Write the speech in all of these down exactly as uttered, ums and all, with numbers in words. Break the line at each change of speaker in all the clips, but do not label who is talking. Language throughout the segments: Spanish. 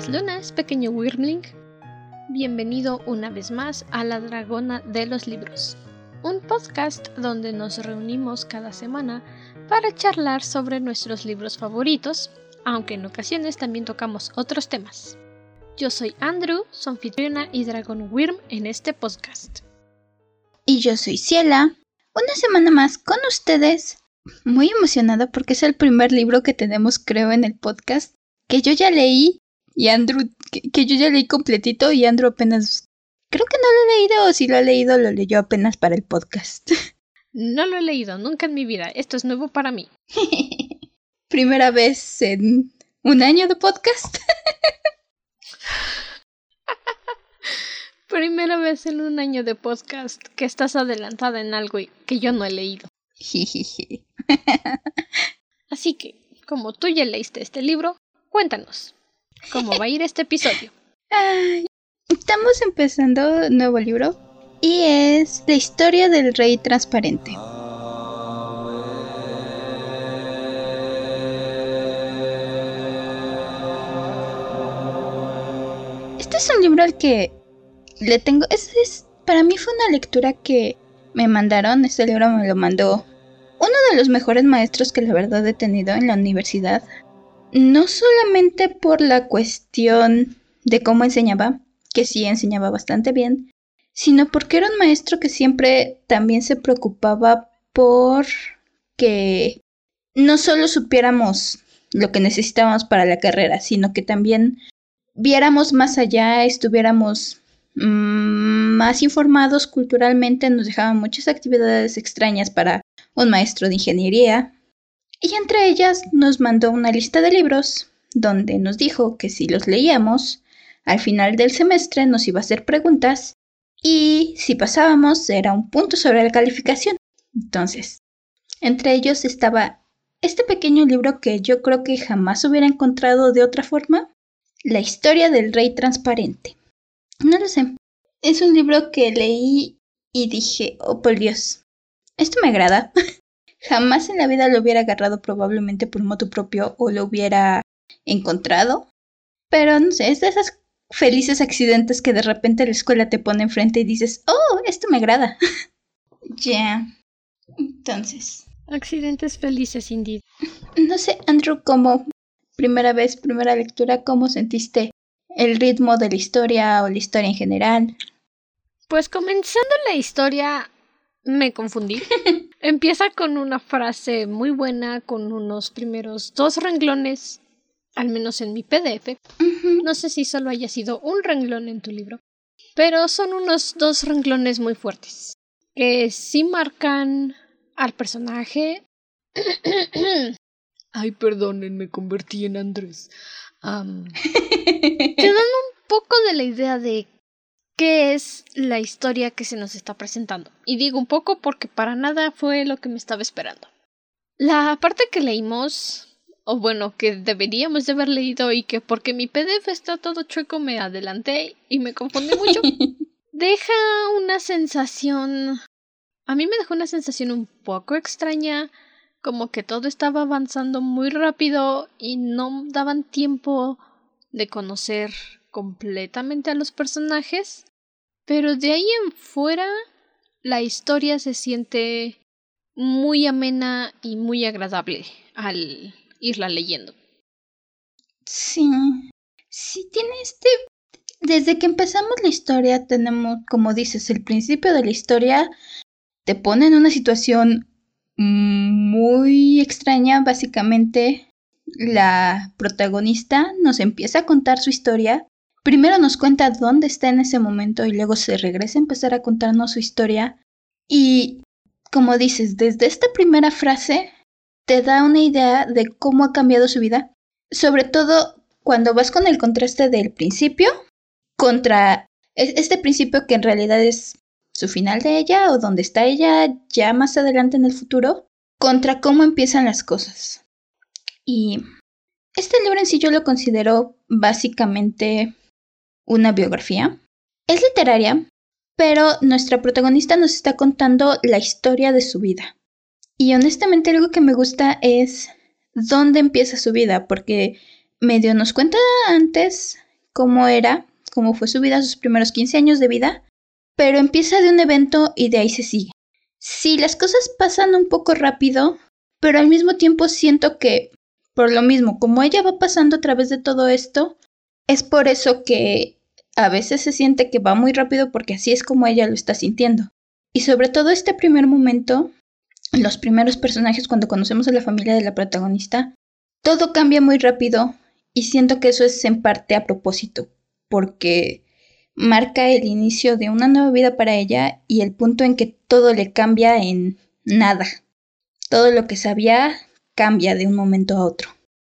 lunas, pequeño Wyrmling. Bienvenido una vez más a La Dragona de los Libros, un podcast donde nos reunimos cada semana para charlar sobre nuestros libros favoritos, aunque en ocasiones también tocamos otros temas. Yo soy Andrew, su anfitriona y dragón Wyrm en este podcast.
Y yo soy Ciela, una semana más con ustedes. Muy emocionada porque es el primer libro que tenemos, creo, en el podcast, que yo ya leí, y Andrew, que, que yo ya leí completito, y Andrew apenas, creo que no lo he leído, o si lo ha leído, lo leyó apenas para el podcast.
No lo he leído nunca en mi vida, esto es nuevo para mí.
Primera vez en un año de podcast.
Primera vez en un año de podcast que estás adelantada en algo que yo no he leído. Así que, como tú ya leíste este libro, cuéntanos, ¿cómo va a ir este episodio?
Ay, estamos empezando un nuevo libro y es La historia del rey transparente. Este es un libro al que le tengo... Es, es, para mí fue una lectura que me mandaron. Este libro me lo mandó uno de los mejores maestros que la verdad he tenido en la universidad. No solamente por la cuestión de cómo enseñaba, que sí enseñaba bastante bien, sino porque era un maestro que siempre también se preocupaba por que no solo supiéramos lo que necesitábamos para la carrera, sino que también viéramos más allá, estuviéramos mmm, más informados culturalmente. Nos dejaban muchas actividades extrañas para un maestro de ingeniería. Y entre ellas nos mandó una lista de libros donde nos dijo que si los leíamos, al final del semestre nos iba a hacer preguntas y si pasábamos era un punto sobre la calificación. Entonces, entre ellos estaba este pequeño libro que yo creo que jamás hubiera encontrado de otra forma, La historia del rey transparente. No lo sé, es un libro que leí y dije, oh por Dios, esto me agrada. Jamás en la vida lo hubiera agarrado probablemente por motu propio o lo hubiera encontrado. Pero no sé, es de esas felices accidentes que de repente la escuela te pone enfrente y dices, oh, esto me agrada. Ya, yeah. Entonces.
Accidentes felices, indeed.
No sé, Andrew, como primera vez, primera lectura, ¿cómo sentiste el ritmo de la historia o la historia en general?
Pues comenzando la historia, me confundí. Empieza con una frase muy buena, con unos primeros dos renglones, al menos en mi P D F. Uh-huh. No sé si solo haya sido un renglón en tu libro, pero son unos dos renglones muy fuertes, que sí marcan al personaje. Ay, perdonen, me convertí en Andrés. Um, te dan un poco de la idea de qué es la historia que se nos está presentando. Y digo un poco porque para nada fue lo que me estaba esperando. La parte que leímos, o bueno, que deberíamos de haber leído y que porque mi P D F está todo chueco me adelanté y me confundí mucho, deja una sensación... A mí me dejó una sensación un poco extraña, como que todo estaba avanzando muy rápido y no daban tiempo de conocer completamente a los personajes. Pero de ahí en fuera, la historia se siente muy amena y muy agradable al irla leyendo.
Sí, sí tiene este... Desde que empezamos la historia tenemos, como dices, el principio de la historia te pone en una situación muy extraña. Básicamente, la protagonista nos empieza a contar su historia. Primero nos cuenta dónde está en ese momento y luego se regresa a empezar a contarnos su historia. Y, como dices, desde esta primera frase te da una idea de cómo ha cambiado su vida. Sobre todo cuando vas con el contraste del principio contra este principio que en realidad es su final de ella o donde está ella ya más adelante en el futuro, contra cómo empiezan las cosas. Y este libro en sí yo lo considero básicamente una biografía. Es literaria, pero nuestra protagonista nos está contando la historia de su vida. Y honestamente algo que me gusta es dónde empieza su vida, porque medio nos cuenta antes cómo era, cómo fue su vida, sus primeros quince años de vida, pero empieza de un evento y de ahí se sigue. Sí, las cosas pasan un poco rápido, pero al mismo tiempo siento que, por lo mismo, como ella va pasando a través de todo esto, es por eso que a veces se siente que va muy rápido porque así es como ella lo está sintiendo. Y sobre todo este primer momento, los primeros personajes cuando conocemos a la familia de la protagonista, todo cambia muy rápido y siento que eso es en parte a propósito, porque marca el inicio de una nueva vida para ella y el punto en que todo le cambia en nada. Todo lo que sabía cambia de un momento a otro.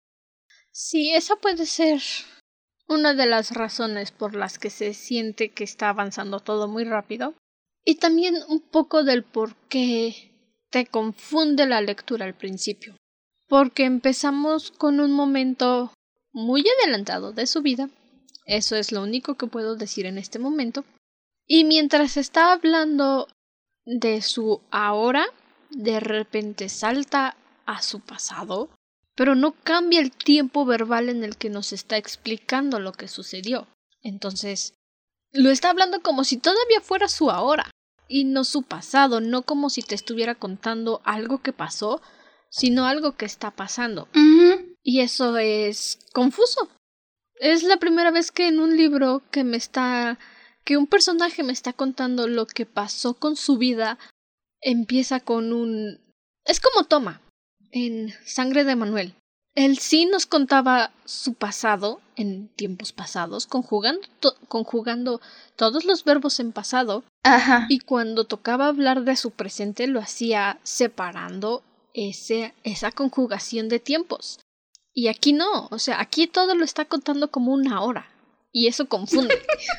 Sí, esa puede ser una de las razones por las que se siente que está avanzando todo muy rápido. Y también un poco del por qué te confunde la lectura al principio. Porque empezamos con un momento muy adelantado de su vida. Eso es lo único que puedo decir en este momento. Y mientras está hablando de su ahora, de repente salta a su pasado, pero no cambia el tiempo verbal en el que nos está explicando lo que sucedió. Entonces, lo está hablando como si todavía fuera su ahora, y no su pasado, no como si te estuviera contando algo que pasó, sino algo que está pasando.
Uh-huh.
Y eso es confuso. Es la primera vez que en un libro que me está... que un personaje me está contando lo que pasó con su vida, empieza con un... Es como Toma, en Sangre de Manuel. Él sí nos contaba su pasado en tiempos pasados, conjugando, to- conjugando todos los verbos en pasado.
Ajá.
Y cuando tocaba hablar de su presente lo hacía separando ese, esa conjugación de tiempos. Y aquí no, o sea, aquí todo lo está contando como una hora. Y eso confunde.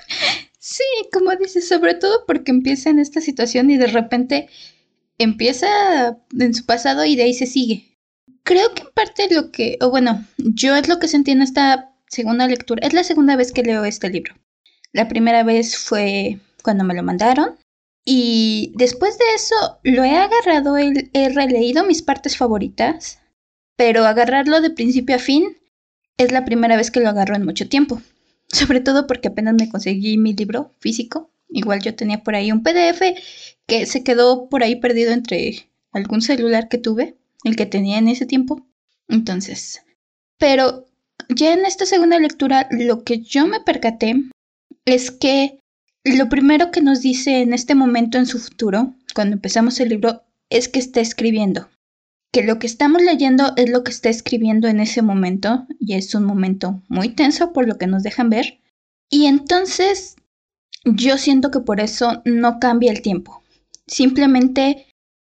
Sí, como dices, sobre todo porque empieza en esta situación y de repente empieza en su pasado y de ahí se sigue. Creo que en parte lo que, o bueno, yo es lo que sentí en esta segunda lectura. Es la segunda vez que leo este libro. La primera vez fue cuando me lo mandaron. Y después de eso lo he agarrado, he, he releído mis partes favoritas. Pero agarrarlo de principio a fin es la primera vez que lo agarro en mucho tiempo. Sobre todo porque apenas me conseguí mi libro físico. Igual yo tenía por ahí un P D F que se quedó por ahí perdido entre algún celular que tuve, el que tenía en ese tiempo. Entonces, pero ya en esta segunda lectura lo que yo me percaté es que lo primero que nos dice en este momento en su futuro, cuando empezamos el libro, es que está escribiendo. Que lo que estamos leyendo es lo que está escribiendo en ese momento, y es un momento muy tenso por lo que nos dejan ver. Y entonces yo siento que por eso no cambia el tiempo. Simplemente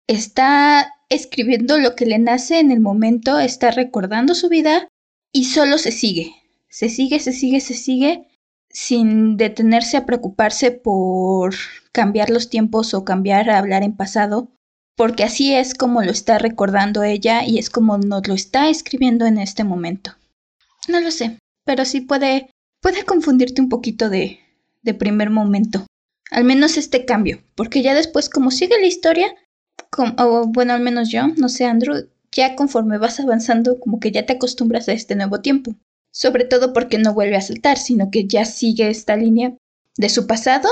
está escribiendo lo que le nace en el momento, está recordando su vida y solo se sigue. Se sigue, se sigue, se sigue, sin detenerse a preocuparse por cambiar los tiempos o cambiar a hablar en pasado. Porque así es como lo está recordando ella y es como nos lo está escribiendo en este momento. No lo sé, pero sí puede, puede confundirte un poquito de, de primer momento. Al menos este cambio, porque ya después como sigue la historia, como, o bueno, al menos yo, no sé Andrew, ya conforme vas avanzando como que ya te acostumbras a este nuevo tiempo. Sobre todo porque no vuelve a saltar, sino que ya sigue esta línea de su pasado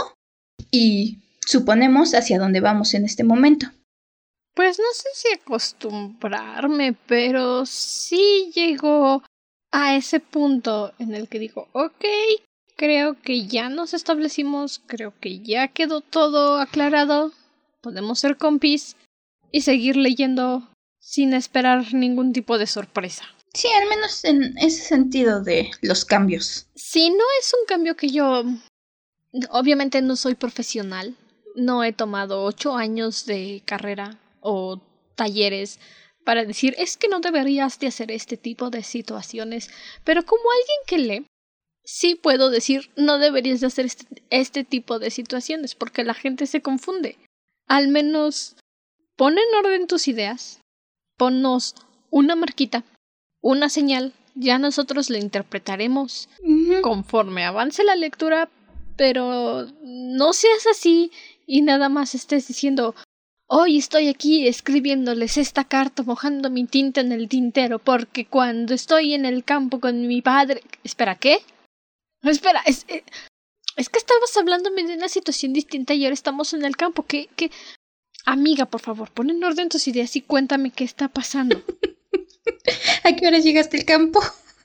y suponemos hacia dónde vamos en este momento.
Pues no sé si acostumbrarme, pero sí llegó a ese punto en el que digo, ok, creo que ya nos establecimos, creo que ya quedó todo aclarado, podemos ser compis y seguir leyendo sin esperar ningún tipo de sorpresa.
Sí, al menos en ese sentido de los cambios.
Sí, no es un cambio que yo... Obviamente no soy profesional, no he tomado ocho años de carrera o talleres para decir es que no deberías de hacer este tipo de situaciones, pero como alguien que lee, sí puedo decir no deberías de hacer este, este tipo de situaciones porque la gente se confunde. Al menos pon en orden tus ideas, ponnos una marquita, una señal, ya nosotros la interpretaremos uh-huh. conforme avance la lectura, pero no seas así y nada más estés diciendo hoy estoy aquí escribiéndoles esta carta mojando mi tinta en el tintero porque cuando estoy en el campo con mi padre... Espera, ¿qué? Espera, es, eh, es que estabas hablándome de una situación distinta y ahora estamos en el campo. ¿Qué, qué? Amiga, por favor, pon en orden tus ideas y cuéntame qué está pasando.
¿A qué hora llegaste al campo?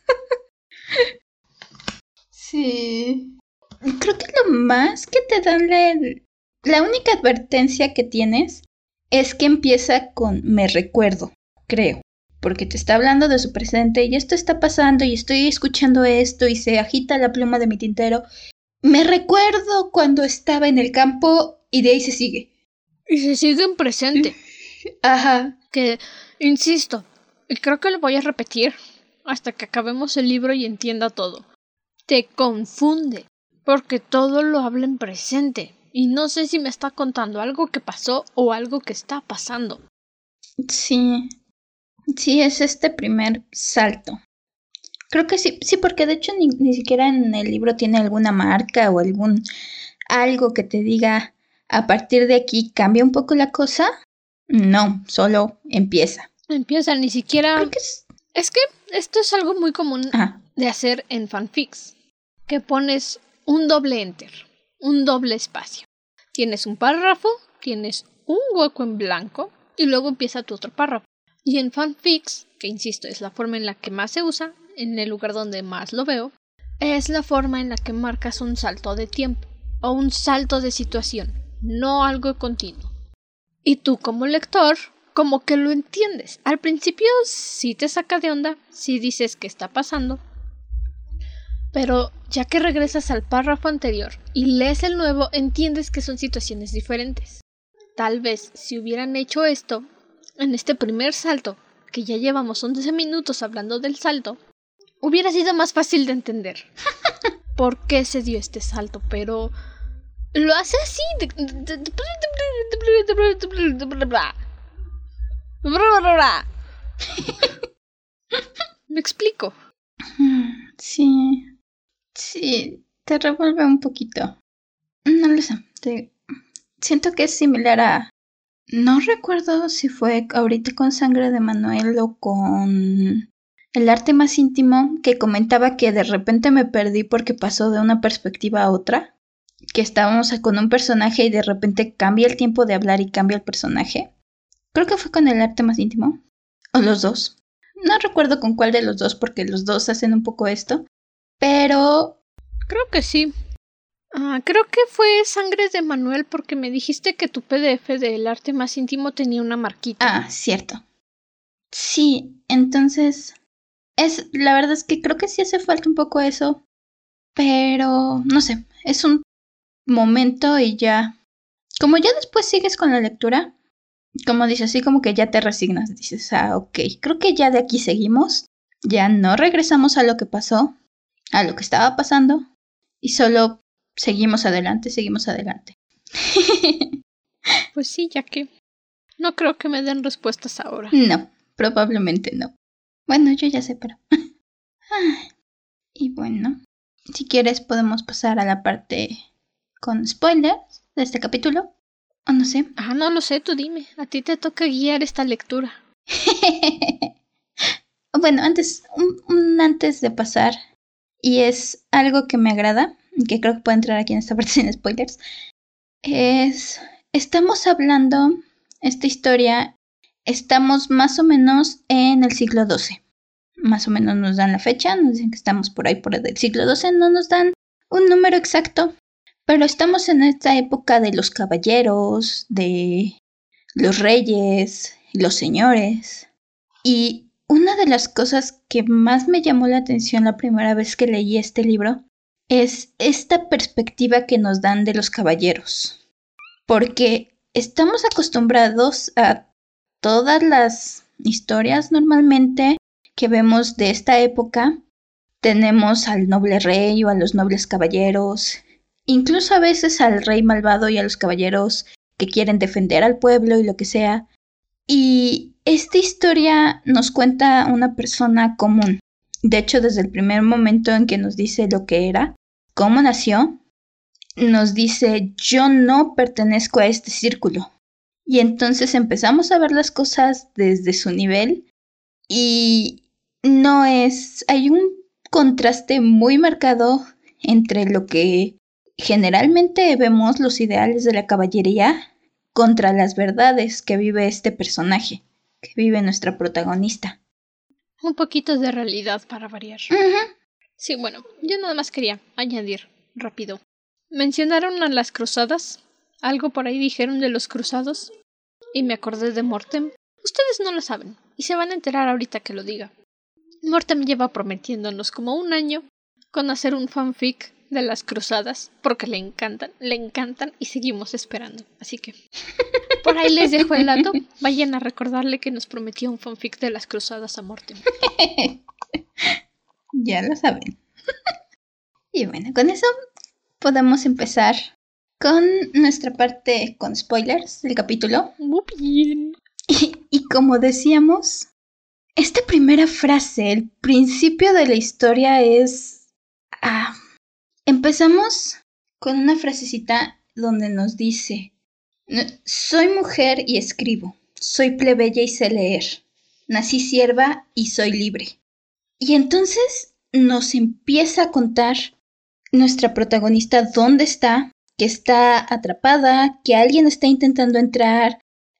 Sí. Creo que lo más que te dan la, la única advertencia que tienes es que empieza con me recuerdo, creo. Porque te está hablando de su presente y esto está pasando y estoy escuchando esto y se agita la pluma de mi tintero. Me recuerdo cuando estaba en el campo y de ahí se sigue.
Y se sigue en presente.
Ajá.
Que, insisto, y creo que lo voy a repetir hasta que acabemos el libro y entienda todo. Te confunde, porque todo lo habla en presente. Y no sé si me está contando algo que pasó o algo que está pasando.
Sí. Sí, es este primer salto. Creo que sí, sí, porque de hecho ni, ni siquiera en el libro tiene alguna marca o algún algo que te diga a partir de aquí cambia un poco la cosa. No, solo empieza.
Empieza, ni siquiera...
Creo que es...
es que esto es algo muy común
Ajá.
de hacer en fanfics. Que pones un doble enter, un doble espacio. Tienes un párrafo, tienes un hueco en blanco y luego empieza tu otro párrafo. Y en fanfics, que insisto es la forma en la que más se usa, en el lugar donde más lo veo, es la forma en la que marcas un salto de tiempo o un salto de situación, no algo continuo. Y tú como lector, como que lo entiendes. Al principio sí te saca de onda, sí dices qué está pasando, pero ya que regresas al párrafo anterior y lees el nuevo, entiendes que son situaciones diferentes. Tal vez si hubieran hecho esto en este primer salto, que ya llevamos once minutos hablando del salto, hubiera sido más fácil de entender por qué se dio este salto, pero lo hace así. ¿Me explico?
Sí, sí, te revuelve un poquito. No lo sé, te... siento que es similar a... No recuerdo si fue ahorita con Sangre de Manuel o con El arte más íntimo, que comentaba que de repente me perdí porque pasó de una perspectiva a otra, que estábamos con un personaje y de repente cambia el tiempo de hablar y cambia el personaje. Creo que fue con El arte más íntimo, o los dos. No recuerdo con cuál de los dos porque los dos hacen un poco esto, pero...
Creo que sí. Ah, creo que fue Sangres de Manuel porque me dijiste que tu P D F del arte más íntimo tenía una marquita.
Ah, cierto. Sí, entonces... es la verdad es que creo que sí hace falta un poco eso, pero no sé, es un momento y ya... Como ya después sigues con la lectura, como dices, así como que ya te resignas, dices, ah, ok, creo que ya de aquí seguimos, ya no regresamos a lo que pasó, a lo que estaba pasando, y solo seguimos adelante, seguimos adelante.
Pues sí, ya que no creo que me den respuestas ahora.
No, probablemente no. Bueno, yo ya sé, pero... y bueno, si quieres podemos pasar a la parte con spoilers de este capítulo. O no sé.
Ah, no lo sé, tú dime. A ti te toca guiar esta lectura.
Bueno, antes, un, un antes de pasar, y es algo que me agrada, que creo que puede entrar aquí en esta parte sin spoilers, es... Estamos hablando, esta historia, estamos más o menos en el siglo doce. Más o menos nos dan la fecha, nos dicen que estamos por ahí por el siglo doce, no nos dan un número exacto, pero estamos en esta época de los caballeros, de los reyes, los señores. Y una de las cosas que más me llamó la atención la primera vez que leí este libro es esta perspectiva que nos dan de los caballeros. Porque estamos acostumbrados a todas las historias normalmente que vemos de esta época. Tenemos al noble rey o a los nobles caballeros, incluso a veces al rey malvado y a los caballeros que quieren defender al pueblo y lo que sea. Y esta historia nos cuenta una persona común. De hecho, desde el primer momento en que nos dice lo que era, cómo nació, nos dice, yo no pertenezco a este círculo. Y entonces empezamos a ver las cosas desde su nivel y no es... hay un contraste muy marcado entre lo que generalmente vemos los ideales de la caballería contra las verdades que vive este personaje, que vive nuestra protagonista.
Un poquito de realidad para variar.
Uh-huh.
Sí, bueno, yo nada más quería añadir rápido. Mencionaron a las cruzadas. Algo por ahí dijeron de los cruzados. Y me acordé de Mortem. Ustedes no lo saben. Y se van a enterar ahorita que lo diga. Mortem lleva prometiéndonos como un año con hacer un fanfic de las cruzadas. Porque le encantan, le encantan y seguimos esperando. Así que por ahí les dejo el dato. Vayan a recordarle que nos prometió un fanfic de las cruzadas a Mortem.
Ya lo saben. Y bueno, con eso podemos empezar con nuestra parte con spoilers del capítulo.
Muy bien.
Y, y como decíamos, esta primera frase, el principio de la historia es... Ah, empezamos con una frasecita donde nos dice: soy mujer y escribo, soy plebeya y sé leer, nací sierva y soy libre. Y entonces nos empieza a contar nuestra protagonista dónde está, que está atrapada, que alguien está intentando entrar,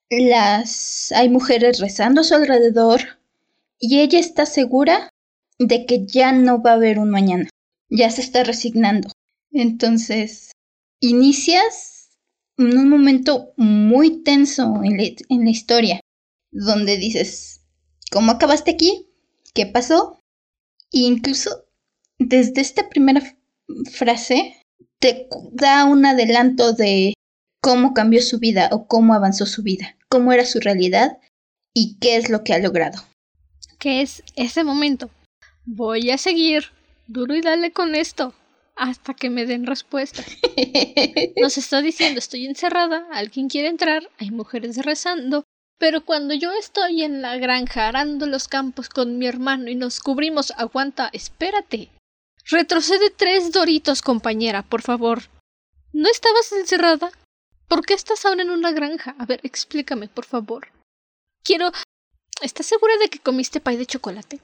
las hay mujeres rezando a su alrededor y ella está segura de que ya no va a haber un mañana, ya se está resignando. Entonces inicias en un momento muy tenso en la, en la historia, donde dices, ¿cómo acabaste aquí? ¿Qué pasó? E incluso desde esta primera f- frase te da un adelanto de cómo cambió su vida o cómo avanzó su vida, cómo era su realidad y qué es lo que ha logrado.
¿Qué es ese momento? Voy a seguir duro y dale con esto hasta que me den respuesta. Nos está diciendo, estoy encerrada, alguien quiere entrar, hay mujeres rezando, pero cuando yo estoy en la granja arando los campos con mi hermano y nos cubrimos, aguanta, espérate. Retrocede tres doritos, compañera, por favor. ¿No estabas encerrada? ¿Por qué estás ahora en una granja? A ver, explícame, por favor. Quiero... ¿Estás segura de que comiste pay de chocolate?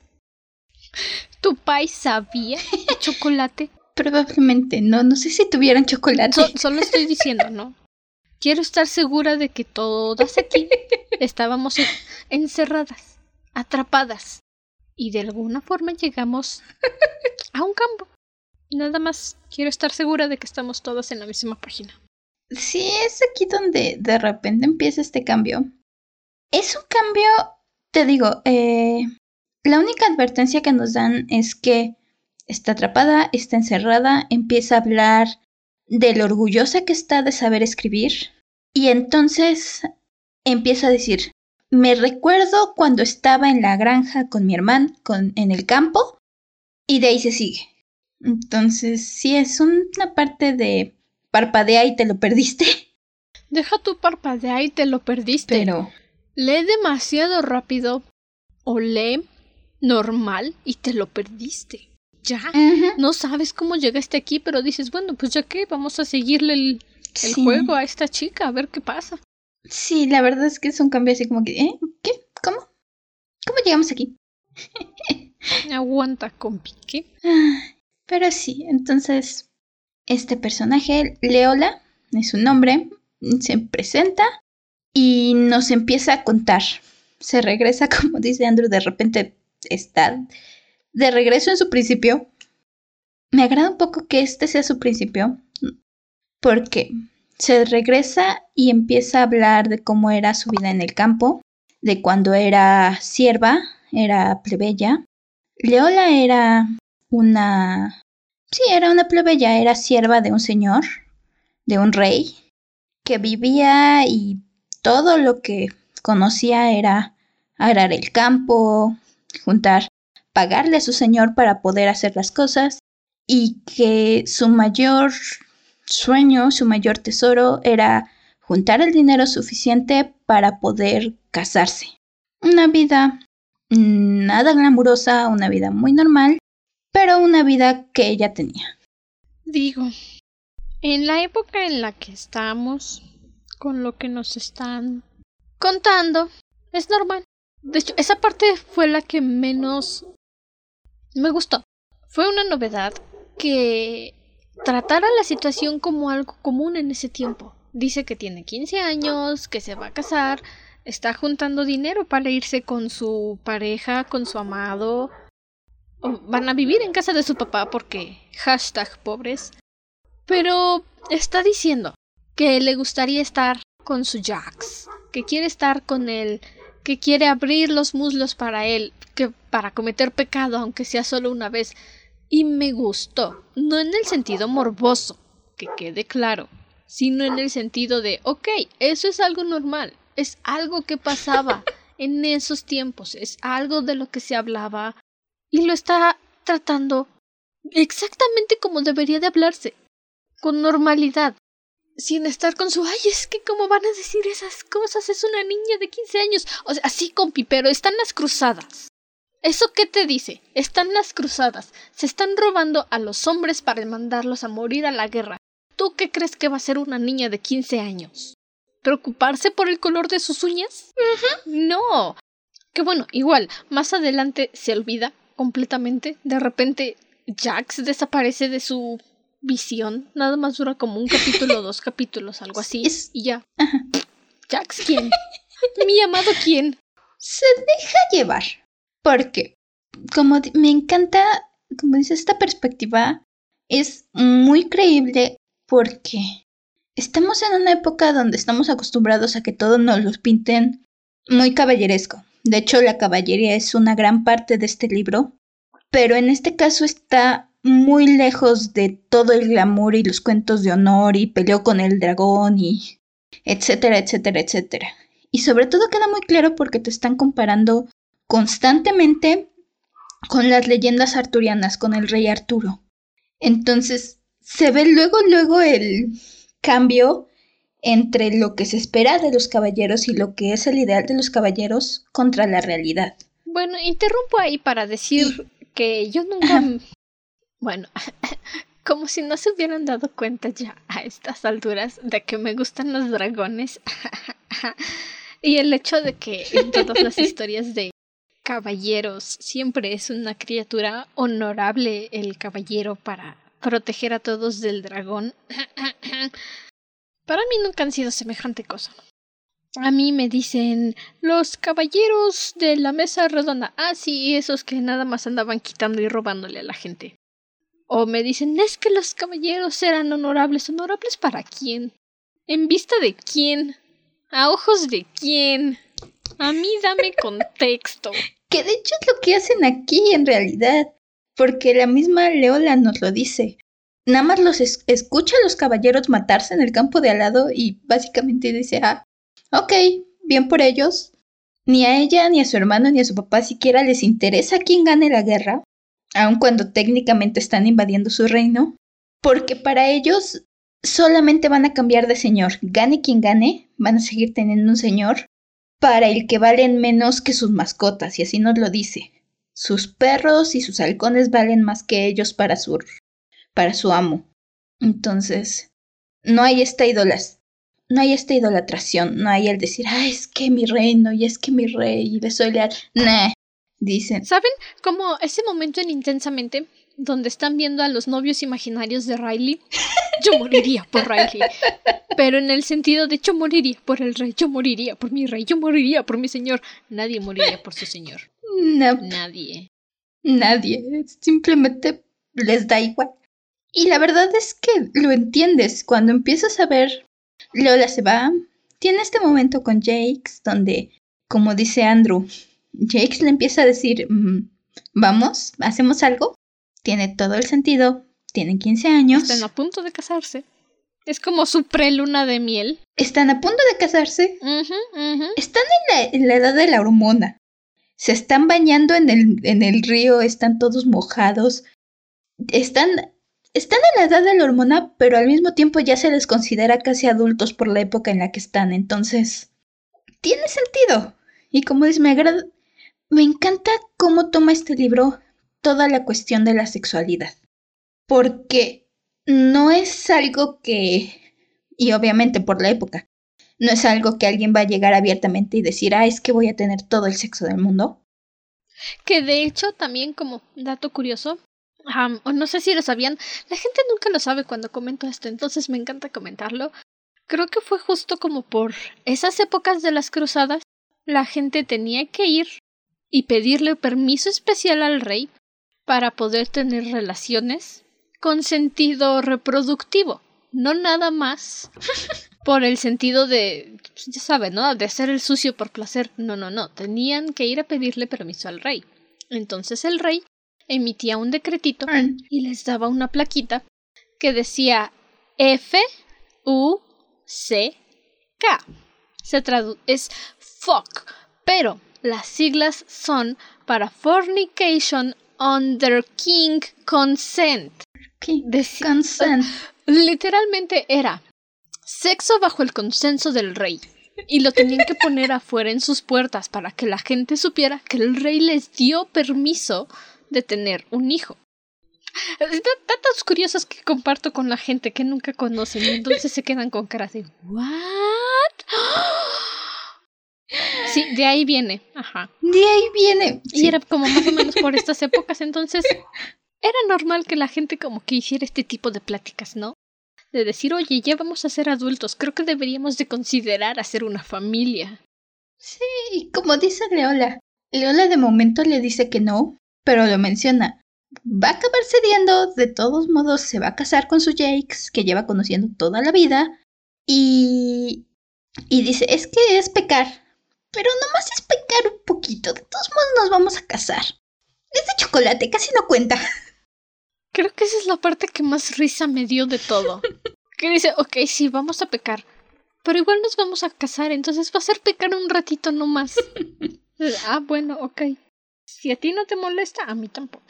¿Tu pay sabía de chocolate?
Probablemente no, no sé si tuvieran chocolate.
So- solo estoy diciendo, ¿no? Quiero estar segura de que todas aquí estábamos en- encerradas, atrapadas. Y de alguna forma llegamos a un campo. Nada más quiero estar segura de que estamos todas en la misma página.
Sí, es aquí donde de repente empieza este cambio. Es un cambio, te digo, eh, la única advertencia que nos dan es que está atrapada, está encerrada, empieza a hablar de lo orgullosa que está de saber escribir y entonces empieza a decir, me recuerdo cuando estaba en la granja con mi hermano, con, en el campo, y de ahí se sigue. Entonces, sí, es una parte de parpadea y te lo perdiste.
Deja tu parpadea y te lo perdiste.
Pero
lee demasiado rápido o lee normal y te lo perdiste. Ya.
uh-huh.
No sabes cómo llegaste aquí, pero dices, bueno, pues ya que vamos a seguirle el, el
Sí.
juego a esta chica, a ver qué pasa.
Sí, la verdad es que es un cambio así como que, ¿eh? ¿Qué? ¿Cómo? ¿Cómo llegamos aquí?
Aguanta, compi, ¿qué?
Pero sí, entonces este personaje, Leola, es su nombre, se presenta y nos empieza a contar. Se regresa, como dice Andrew, de repente está de regreso en su principio. Me agrada un poco que este sea su principio, porque se regresa y empieza a hablar de cómo era su vida en el campo, de cuando era sierva, era plebeya. Leola era una... Sí, era una plebeya, era sierva de un señor, de un rey, que vivía y todo lo que conocía era arar el campo, juntar, pagarle a su señor para poder hacer las cosas, y que su mayor sueño, su mayor tesoro era juntar el dinero suficiente para poder casarse. Una vida nada glamurosa, una vida muy normal, pero una vida que ella tenía.
Digo, en la época en la que estamos, con lo que nos están contando, es normal. De hecho, esa parte fue la que menos me gustó. Fue una novedad que tratara la situación como algo común en ese tiempo. Dice que tiene quince años, que se va a casar, está juntando dinero para irse con su pareja, con su amado. O van a vivir en casa de su papá porque hashtag pobres. Pero está diciendo que le gustaría estar con su Jax, que quiere estar con él, que quiere abrir los muslos para él, que para cometer pecado, aunque sea solo una vez. Y me gustó, no en el sentido morboso, que quede claro, sino en el sentido de, ok, eso es algo normal, es algo que pasaba en esos tiempos, es algo de lo que se hablaba, y lo está tratando exactamente como debería de hablarse, con normalidad, sin estar con su, ay, es que cómo van a decir esas cosas, es una niña de quince años, o sea, así compi, pero están las cruzadas. ¿Eso qué te dice? Están las cruzadas, se están robando a los hombres para mandarlos a morir a la guerra. ¿Tú qué crees que va a ser una niña de quince años? ¿Preocuparse por el color de sus uñas? Uh-huh. No. Que bueno, igual, más adelante se olvida completamente, de repente Jax desaparece de su visión, nada más dura como un capítulo, dos capítulos, algo así, es... y ya. Ajá. ¿Jax quién? ¿Mi amado quién?
Se deja llevar, porque como me encanta, como dice, esta perspectiva es muy creíble porque estamos en una época donde estamos acostumbrados a que todo nos lo pinten muy caballeresco. De hecho, la caballería es una gran parte de este libro, pero en este caso está muy lejos de todo el glamour y los cuentos de honor y peleó con el dragón y etcétera, etcétera, etcétera. Y sobre todo queda muy claro porque te están comparando constantemente con las leyendas arturianas, con el rey Arturo. Entonces se ve luego, luego el cambio entre lo que se espera de los caballeros y lo que es el ideal de los caballeros contra la realidad.
Bueno, interrumpo ahí para decir y... que yo nunca... Ajá. Bueno, como si no se hubieran dado cuenta ya a estas alturas de que me gustan los dragones. Y el hecho de que en todas las historias de caballeros siempre es una criatura honorable el caballero para proteger a todos del dragón. Para mí nunca han sido semejante cosa. A mí me dicen los caballeros de la mesa redonda. Ah, sí, esos que nada más andaban quitando y robándole a la gente. O me dicen, es que los caballeros eran honorables. ¿Honorables para quién? ¿En vista de quién? ¿A ojos de quién? A mí dame contexto.
Que de hecho es lo que hacen aquí en realidad. Porque la misma Leola nos lo dice. Nada más los es- escucha a los caballeros matarse en el campo de al lado y básicamente dice, ah, ok, bien por ellos. Ni a ella, ni a su hermano, ni a su papá siquiera les interesa quién gane la guerra. Aun cuando técnicamente están invadiendo su reino, porque para ellos solamente van a cambiar de señor. Gane quien gane, van a seguir teniendo un señor para el que valen menos que sus mascotas, y así nos lo dice. Sus perros y sus halcones valen más que ellos para su, para su amo. Entonces, no hay esta idolas, no hay esta idolatración, no hay el decir, ah, es que mi reino, y es que mi rey, y le soy leal. Nah. Dicen.
¿Saben? Como ese momento en Intensamente, donde están viendo a los novios imaginarios de Riley. Yo moriría por Riley. Pero en el sentido de yo moriría por el rey, yo moriría por mi rey, yo moriría por mi señor. Nadie moriría por su señor.
No.
Nadie.
Nadie. Simplemente les da igual. Y la verdad es que lo entiendes. Cuando empiezas a ver, Lola se va. Tiene este momento con Jakes, donde, como dice Andrew, Jakes le empieza a decir, mmm, vamos, hacemos algo. Tiene todo el sentido. Tienen quince años.
Están a punto de casarse. Es como su preluna de miel.
Están a punto de casarse.
Uh-huh, uh-huh.
Están en la, en la edad de la hormona. Se están bañando en el, en el río. Están todos mojados. Están, están en la edad de la hormona, pero al mismo tiempo ya se les considera casi adultos por la época en la que están. Entonces, tiene sentido. Y como dice, me agrada... Me encanta cómo toma este libro toda la cuestión de la sexualidad. Porque no es algo que, y obviamente por la época, no es algo que alguien va a llegar abiertamente y decir, ah, es que voy a tener todo el sexo del mundo.
Que de hecho también como dato curioso, Um, o no sé si lo sabían, la gente nunca lo sabe cuando comento esto, entonces me encanta comentarlo. Creo que fue justo como por esas épocas de las cruzadas, la gente tenía que ir y pedirle permiso especial al rey para poder tener relaciones con sentido reproductivo, no nada más por el sentido de, ya saben, ¿no? De hacer el sucio por placer. No, no, no, tenían que ir a pedirle permiso al rey. Entonces el rey emitía un decretito y les daba una plaquita que decía F U C K. Se traduce, es fuck, pero las siglas son para Fornication Under King Consent.
King Deci- Consent.
Literalmente era sexo bajo el consenso del rey. Y lo tenían que poner afuera en sus puertas para que la gente supiera que el rey les dio permiso de tener un hijo. Datos curiosos que comparto con la gente que nunca conocen y entonces se quedan con caras de ¿what? Sí, de ahí viene. Ajá.
De ahí viene.
Y sí. Era como más o menos por estas épocas, entonces era normal que la gente como que hiciera este tipo de pláticas, ¿no? De decir, oye, ya vamos a ser adultos, creo que deberíamos de considerar hacer una familia.
Sí, como dice Leola. Leola de momento le dice que no, pero lo menciona. Va a acabar cediendo, de todos modos se va a casar con su Jakes, que lleva conociendo toda la vida. Y... Y dice, es que es pecar. Pero nomás es pecar un poquito, de todos modos nos vamos a casar. Es de chocolate, casi no cuenta.
Creo que esa es la parte que más risa me dio de todo. Que dice, ok, sí, vamos a pecar, pero igual nos vamos a casar, entonces va a ser pecar un ratito nomás. Ah, bueno, ok. Si a ti no te molesta, a mí tampoco.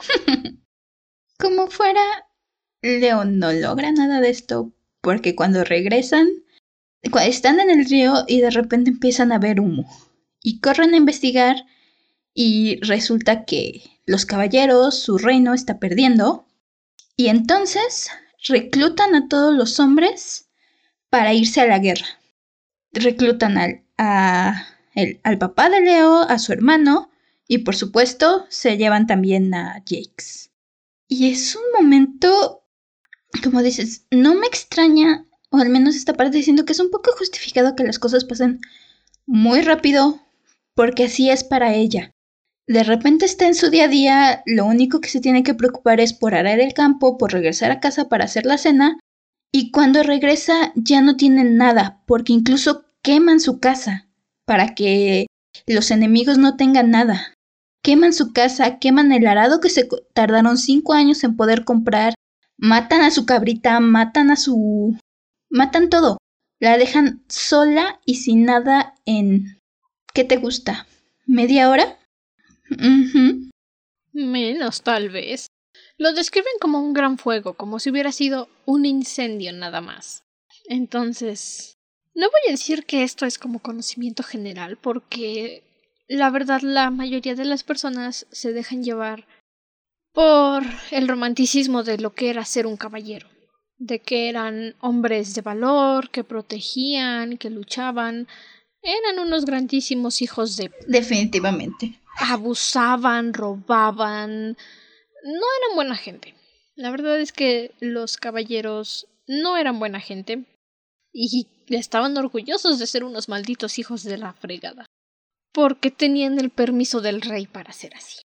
Como fuera, León no logra nada de esto, porque cuando regresan, están en el río y de repente empiezan a ver humo. Y corren a investigar y resulta que los caballeros, su reino está perdiendo. Y entonces reclutan a todos los hombres para irse a la guerra. Reclutan al, a, el, al papá de Leo, a su hermano, y por supuesto se llevan también a Jakes. Y es un momento, como dices, no me extraña, o al menos esta parte diciendo que es un poco justificado que las cosas pasen muy rápido, porque así es para ella. De repente está en su día a día, lo único que se tiene que preocupar es por arar el campo, por regresar a casa para hacer la cena, y cuando regresa ya no tienen nada, porque incluso queman su casa para que los enemigos no tengan nada. Queman su casa, queman el arado que se tardaron cinco años en poder comprar, matan a su cabrita, matan a su... matan todo. La dejan sola y sin nada en... ¿qué te gusta? ¿Media hora? Uh-huh.
Menos, tal vez. Lo describen como un gran fuego, como si hubiera sido un incendio nada más. Entonces, no voy a decir que esto es como conocimiento general, porque la verdad la mayoría de las personas se dejan llevar por el romanticismo de lo que era ser un caballero, de que eran hombres de valor, que protegían, que luchaban. Eran unos grandísimos hijos de...
Definitivamente.
Abusaban, robaban, no eran buena gente. La verdad es que los caballeros no eran buena gente y estaban orgullosos de ser unos malditos hijos de la fregada, porque tenían el permiso del rey para ser así.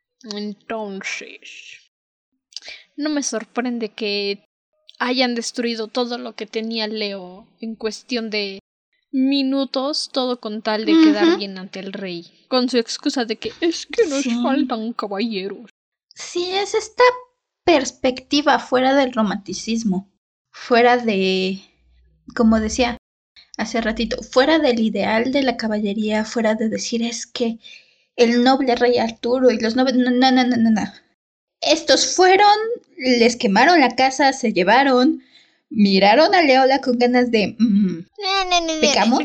Entonces, no me sorprende que hayan destruido todo lo que tenía Leo en cuestión de minutos, todo con tal de quedar uh-huh. bien ante el rey, con su excusa de que es que nos sí. faltan caballeros.
Sí, es esta perspectiva fuera del romanticismo, fuera de, como decía hace ratito, fuera del ideal de la caballería, fuera de decir es que el noble rey Arturo y los nobles... No, no, no, no, no. Estos fueron, les quemaron la casa, se llevaron... Miraron a Leola con ganas de... Mm, ¿pecamos?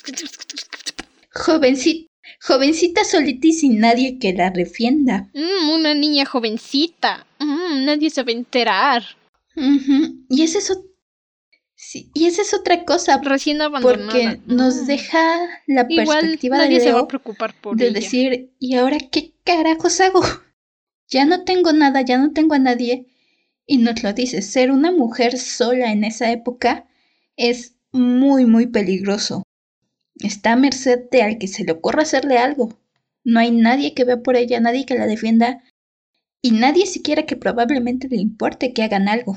Jovencita, jovencita solita y sin nadie que la defienda.
Mm, una niña jovencita. Mm, nadie se va a enterar.
Uh-huh. Y esa es, o- sí, y esa es otra cosa.
Recién abandonada.
Porque mm. nos deja la
Igual
perspectiva
nadie
de Leo
se va a preocupar por
de
ella.
decir, ¿y ahora qué carajos hago? ya no tengo nada, ya no tengo a nadie. Y nos lo dice, ser una mujer sola en esa época es muy, muy peligroso. Está a merced de al que se le ocurra hacerle algo. No hay nadie que vea por ella, nadie que la defienda y nadie siquiera que probablemente le importe que hagan algo.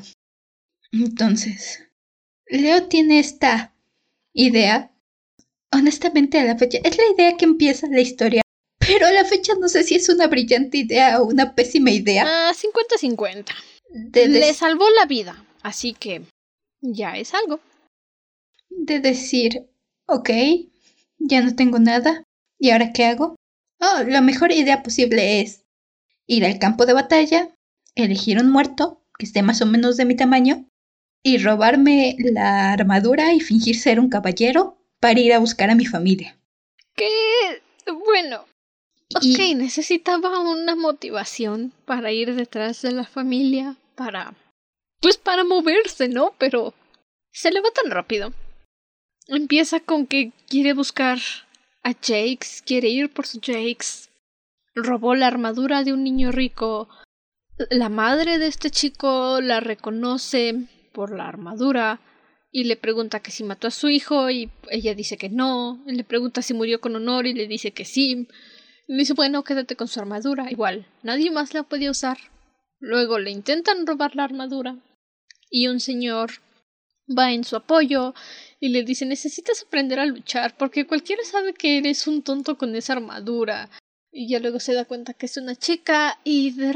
Entonces, Leo tiene esta idea. Honestamente, a la fecha, es la idea que empieza la historia. Pero a la fecha no sé si es una brillante idea o una pésima idea.
Ah, cincuenta cincuenta.
De
Le salvó la vida, así que ya es algo.
De decir, ok, ya no tengo nada. ¿Y ahora qué hago? Oh, la mejor idea posible es ir al campo de batalla, elegir un muerto que esté más o menos de mi tamaño y robarme la armadura y fingir ser un caballero para ir a buscar a mi familia.
¿Qué? Bueno,
y...
ok, necesitaba una motivación para ir detrás de la familia, para... pues para moverse, ¿no? Pero se le va tan rápido. Empieza con que quiere buscar a Jakes, quiere ir por su Jakes. Robó la armadura de un niño rico. La madre de este chico la reconoce por la armadura y le pregunta que si mató a su hijo y ella dice que no. Y le pregunta si murió con honor y le dice que sí. Le dice, bueno, quédate con su armadura. Igual, nadie más la puede usar. Luego le intentan robar la armadura y un señor va en su apoyo y le dice, necesitas aprender a luchar porque cualquiera sabe que eres un tonto con esa armadura. Y ya luego se da cuenta que es una chica y de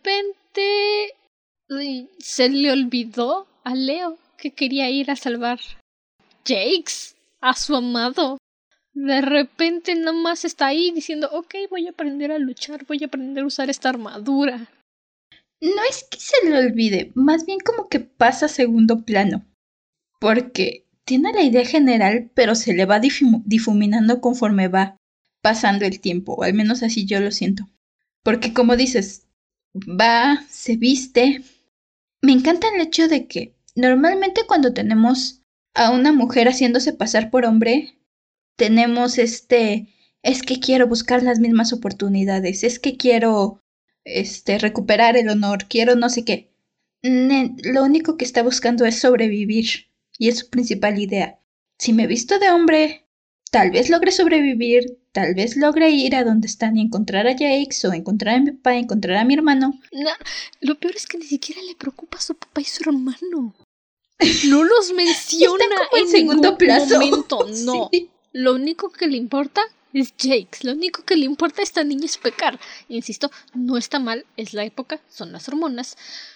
repente se le olvidó a Leo que quería ir a salvar Jakes, a su amado. De repente nada más está ahí diciendo, ok, voy a aprender a luchar, voy a aprender a usar esta armadura.
No es que se le olvide, más bien como que pasa a segundo plano. Porque tiene la idea general, pero se le va difum- difuminando conforme va pasando el tiempo, o al menos así yo lo siento. Porque como dices, va, se viste. Me encanta el hecho de que normalmente cuando tenemos a una mujer haciéndose pasar por hombre, tenemos este, es que quiero buscar las mismas oportunidades, es que quiero este, recuperar el honor, quiero no sé qué. Ne- lo único que está buscando es sobrevivir, y es su principal idea. Si me visto de hombre, tal vez logre sobrevivir, tal vez logre ir a donde están y encontrar a Jakes, o encontrar a mi papá, encontrar a mi hermano.
No, lo peor es que ni siquiera le preocupa a su papá y su hermano. No los menciona
en,
en
segundo
ningún
plazo.
momento, no.
Sí.
Lo único que le importa es Jakes. Lo único que le importa a esta niña es pecar. Insisto, no está mal, es la época, son las hormonas.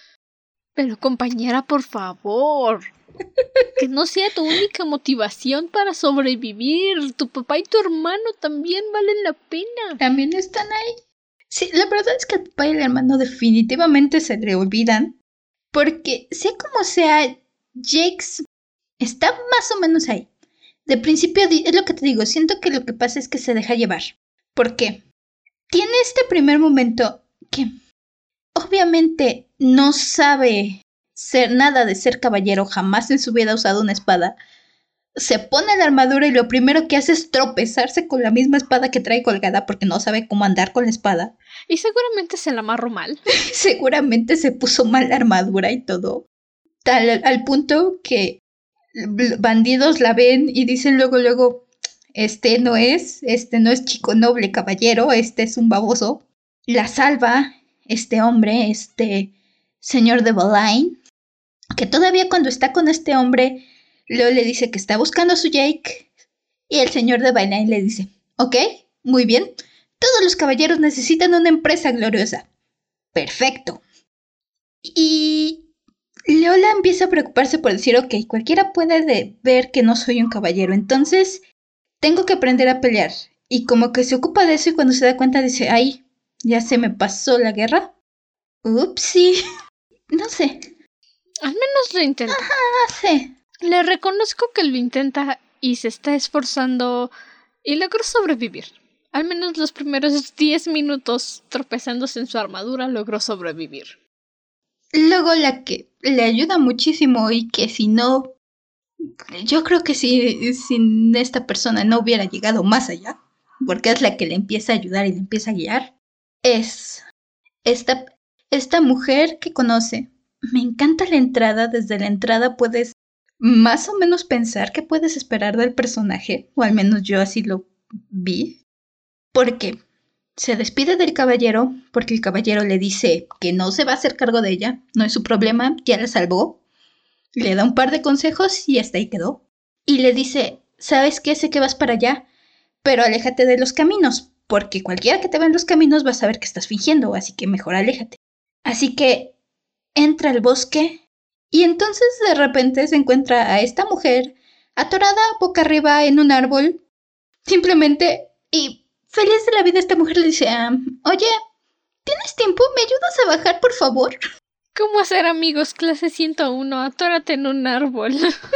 Pero compañera, por favor, que no sea tu única motivación para sobrevivir. Tu papá y tu hermano también valen la pena.
También están ahí. Sí, la verdad es que el papá y el hermano definitivamente se le olvidan. Porque sea como sea, Jakes está más o menos ahí. De principio, es lo que te digo, siento que lo que pasa es que se deja llevar. ¿Por qué? Tiene este primer momento que obviamente no sabe ser nada de ser caballero, jamás en su vida ha usado una espada. Se pone la armadura y lo primero que hace es tropezarse con la misma espada que trae colgada porque no sabe cómo andar con la espada.
Y seguramente se la amarró mal.
Seguramente se puso mal la armadura y todo. Tal al, al punto que bandidos la ven y dicen luego, luego, este no es, este no es chico noble caballero, este es un baboso. La salva este hombre, este señor de Boleyn, que todavía cuando está con este hombre, Leo le dice que está buscando a su Jake, y el señor de Boleyn le dice, ok, muy bien, todos los caballeros necesitan una empresa gloriosa. Perfecto. Y Leola empieza a preocuparse por decir, ok, cualquiera puede de ver que no soy un caballero, entonces tengo que aprender a pelear. Y como que se ocupa de eso y cuando se da cuenta dice, ay, ya se me pasó la guerra. Upsi. No sé.
Al menos lo intenta.
Ajá, sí.
Le reconozco que lo intenta y se está esforzando y logró sobrevivir. Al menos los primeros diez minutos tropezándose en su armadura logró sobrevivir.
Luego la que le ayuda muchísimo y que si no, yo creo que si sin esta persona no hubiera llegado más allá, porque es la que le empieza a ayudar y le empieza a guiar, es esta, esta mujer que conoce. Me encanta la entrada. Desde la entrada puedes más o menos pensar qué puedes esperar del personaje, o al menos yo así lo vi, porque se despide del caballero, porque el caballero le dice que no se va a hacer cargo de ella, no es su problema, ya la salvó, le da un par de consejos y hasta ahí quedó, y le dice, ¿sabes qué? Sé que vas para allá, pero aléjate de los caminos, porque cualquiera que te vea en los caminos va a saber que estás fingiendo, así que mejor aléjate. Así que entra al bosque y entonces de repente se encuentra a esta mujer atorada boca arriba en un árbol, simplemente, y feliz de la vida esta mujer le dice, um, oye, ¿tienes tiempo? ¿Me ayudas a bajar, por favor?
¿Cómo hacer amigos? Clase ciento uno, atórate en un árbol.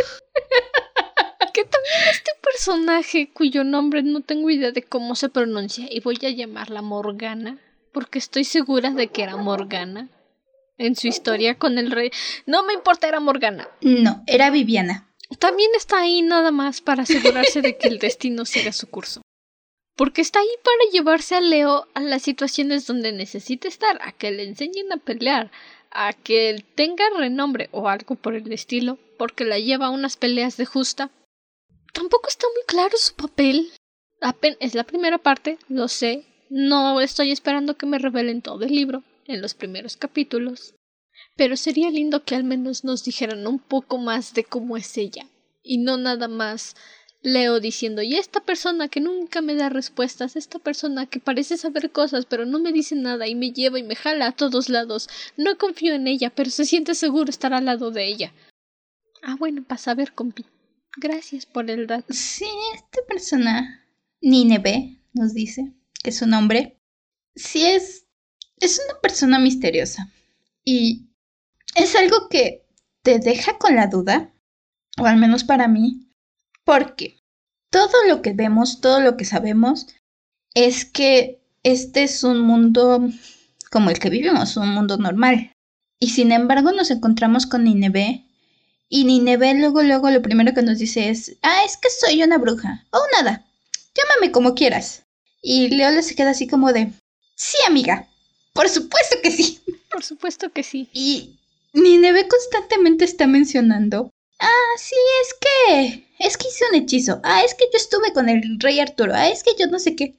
Que también este personaje, cuyo nombre no tengo idea de cómo se pronuncia, y voy a llamarla Morgana, porque estoy segura de que era Morgana. En su historia con el rey. No me importa, era Morgana.
No, era Viviana.
También está ahí nada más para asegurarse de que el destino siga su curso. Porque está ahí para llevarse a Leo a las situaciones donde necesite estar, a que le enseñen a pelear, a que él tenga renombre o algo por el estilo, porque la lleva a unas peleas de justa. Tampoco está muy claro su papel. Apen- es la primera parte, lo sé. No estoy esperando que me revelen todo el libro en los primeros capítulos, pero sería lindo que al menos nos dijeran un poco más de cómo es ella, y no nada más Leo diciendo, y esta persona que nunca me da respuestas, esta persona que parece saber cosas pero no me dice nada y me lleva y me jala a todos lados, no confío en ella, pero se siente seguro estar al lado de ella. Ah, bueno, para saber, compi. Gracias por el dato.
Sí, esta persona, Nineve, nos dice que su nombre, sí es, es una persona misteriosa. Y es algo que te deja con la duda, o al menos para mí, porque todo lo que vemos, todo lo que sabemos, es que este es un mundo como el que vivimos, un mundo normal. Y sin embargo nos encontramos con Nineve, y Nineve luego, luego lo primero que nos dice es, ah, es que soy una bruja, o nada, llámame como quieras. Y Leola se queda así como de, sí, amiga, por supuesto que sí.
Por supuesto que sí.
Y Nineve constantemente está mencionando, ah, sí, es que, es que hice un hechizo, ah, es que yo estuve con el rey Arturo, ah, es que yo no sé qué.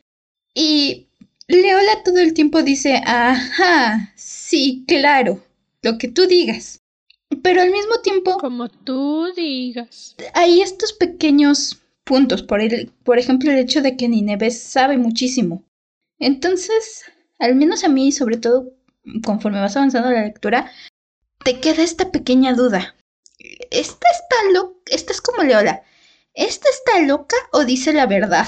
Y Leola todo el tiempo dice, ajá, sí, claro, lo que tú digas. Pero al mismo tiempo,
como tú digas,
hay estos pequeños puntos, por, el, por ejemplo el hecho de que Nineve sabe muchísimo. Entonces, al menos a mí, sobre todo conforme vas avanzando la lectura, te queda esta pequeña duda. ¿Esta está loca? Esta es como Leola. ¿Esta está loca o dice la verdad?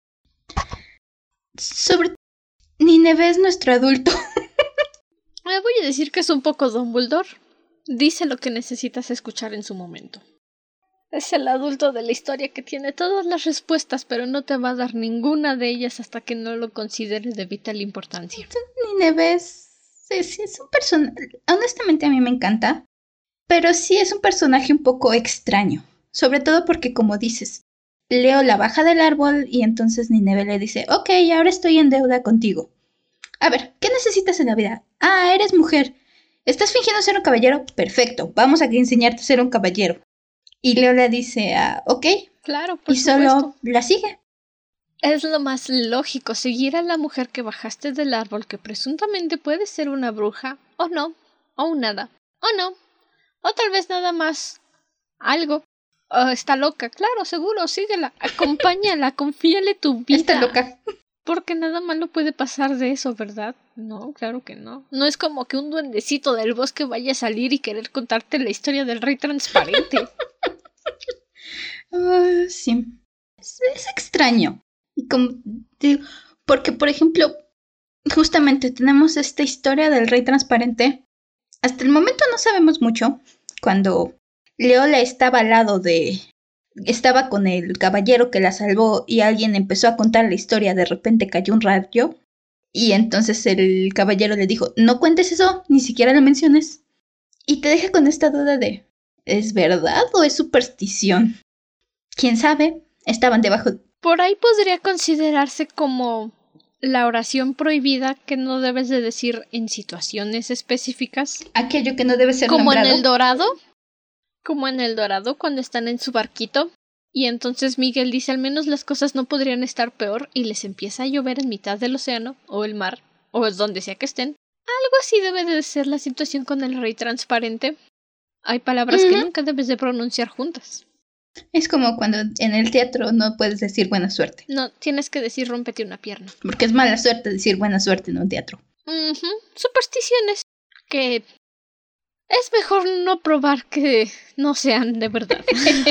Sobre... Nineve es nuestro adulto.
Me voy a decir que es un poco Dumbledore. Dice lo que necesitas escuchar en su momento. Es el adulto de la historia que tiene todas las respuestas, pero no te va a dar ninguna de ellas hasta que no lo consideres de vital importancia.
Nineve es, es, es un personaje... Honestamente a mí me encanta, pero sí es un personaje un poco extraño. Sobre todo porque, como dices, Leo la baja del árbol y entonces Nineve le dice, ok, ahora estoy en deuda contigo. A ver, ¿qué necesitas en la vida? Ah, eres mujer. ¿Estás fingiendo ser un caballero? Perfecto, vamos a enseñarte a ser un caballero. Y Leo le dice, ah, ok.
Claro, por
y
supuesto.
Solo la sigue.
Es lo más lógico, seguir a la mujer que bajaste del árbol, que presuntamente puede ser una bruja, o no, o un nada, o no, o tal vez nada más algo. Uh, está loca, claro, seguro, síguela, acompáñala, confíale tu vida.
Está loca.
Porque nada malo puede pasar de eso, ¿verdad? No, claro que no. No es como que un duendecito del bosque vaya a salir y querer contarte la historia del rey transparente.
uh, sí. Es, es extraño. Y como digo, porque por ejemplo, justamente tenemos esta historia del rey transparente. Hasta el momento no sabemos mucho. Cuando Leola estaba al lado de... Estaba con el caballero que la salvó y alguien empezó a contar la historia, de repente cayó un rayo y entonces el caballero le dijo, no cuentes eso, ni siquiera lo menciones. Y te deja con esta duda de, ¿es verdad o es superstición? ¿Quién sabe? Estaban debajo...
Por ahí podría considerarse como la oración prohibida que no debes de decir en situaciones específicas.
Aquello que no debe ser
como
nombrado.
en El Dorado. Como en El Dorado, cuando están en su barquito. Y entonces Miguel dice, al menos las cosas no podrían estar peor, y les empieza a llover en mitad del océano, o el mar, o donde sea que estén. Algo así debe de ser la situación con el rey transparente. Hay palabras uh-huh. que nunca debes de pronunciar juntas.
Es como cuando en el teatro no puedes decir buena suerte.
No, tienes que decir rómpete una pierna.
Porque es mala suerte decir buena suerte en un teatro.
Uh-huh. Supersticiones que es mejor no probar que no sean de verdad.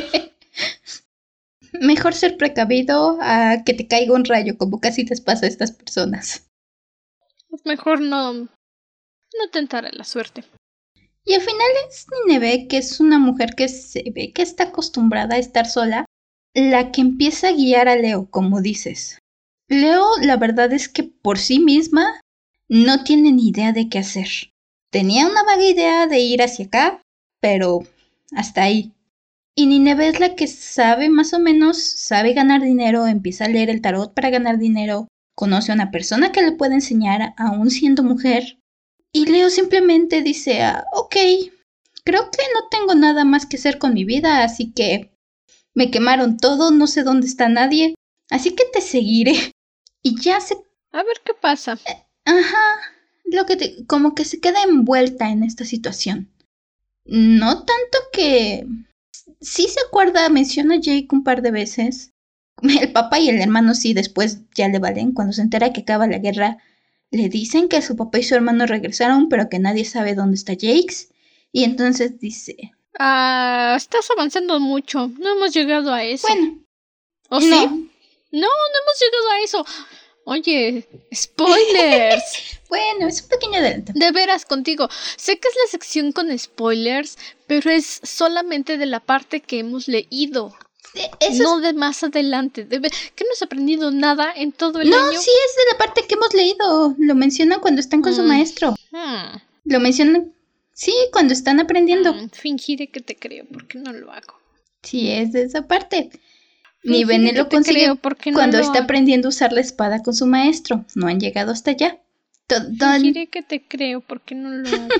Mejor ser precavido a que te caiga un rayo, como casi les pasa a estas personas.
Es mejor no, no tentar a la suerte.
Y al final es Nineveh, que es una mujer que se ve que está acostumbrada a estar sola, la que empieza a guiar a Leo, como dices. Leo, la verdad es que por sí misma no tiene ni idea de qué hacer. Tenía una vaga idea de ir hacia acá, pero hasta ahí. Y Nineveh es la que sabe más o menos, sabe ganar dinero, empieza a leer el tarot para ganar dinero, conoce a una persona que le puede enseñar aún siendo mujer. Y Leo simplemente dice, ah, ok, creo que no tengo nada más que hacer con mi vida, así que me quemaron todo, no sé dónde está nadie, así que te seguiré. Y ya se...
A ver qué pasa.
Eh, ajá, lo que te... como que se queda envuelta en esta situación. No tanto que... Sí se acuerda, menciona a Jake un par de veces. El papá y el hermano sí, después ya le valen. Cuando se entera que acaba la guerra, le dicen que su papá y su hermano regresaron, pero que nadie sabe dónde está Jake. Y entonces dice...
Ah, estás avanzando mucho. No hemos llegado a eso.
Bueno.
¿O sí? No, no, no hemos llegado a eso. Oye, spoilers.
Bueno, es un pequeño adelanto.
De veras, contigo. Sé que es la sección con spoilers, pero es solamente de la parte que hemos leído. Eso no es... de más adelante. De... ¿Que no has aprendido nada en todo el
no,
año?
No, sí, es de la parte que hemos leído. Lo mencionan cuando están con mm. su maestro.
Hmm.
Lo mencionan, sí, cuando están aprendiendo.
Hmm. Fingiré que te creo, porque no lo hago.
Sí, es de esa parte. Ni Bene lo consigue no cuando está hago. aprendiendo a usar la espada con su maestro. No han llegado hasta allá.
Fingiré que te creo porque no lo hago.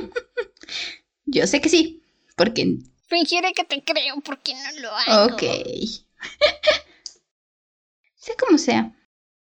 Yo sé que sí, porque...
Fingiré que te creo porque no lo hago.
Ok. Sea como sea.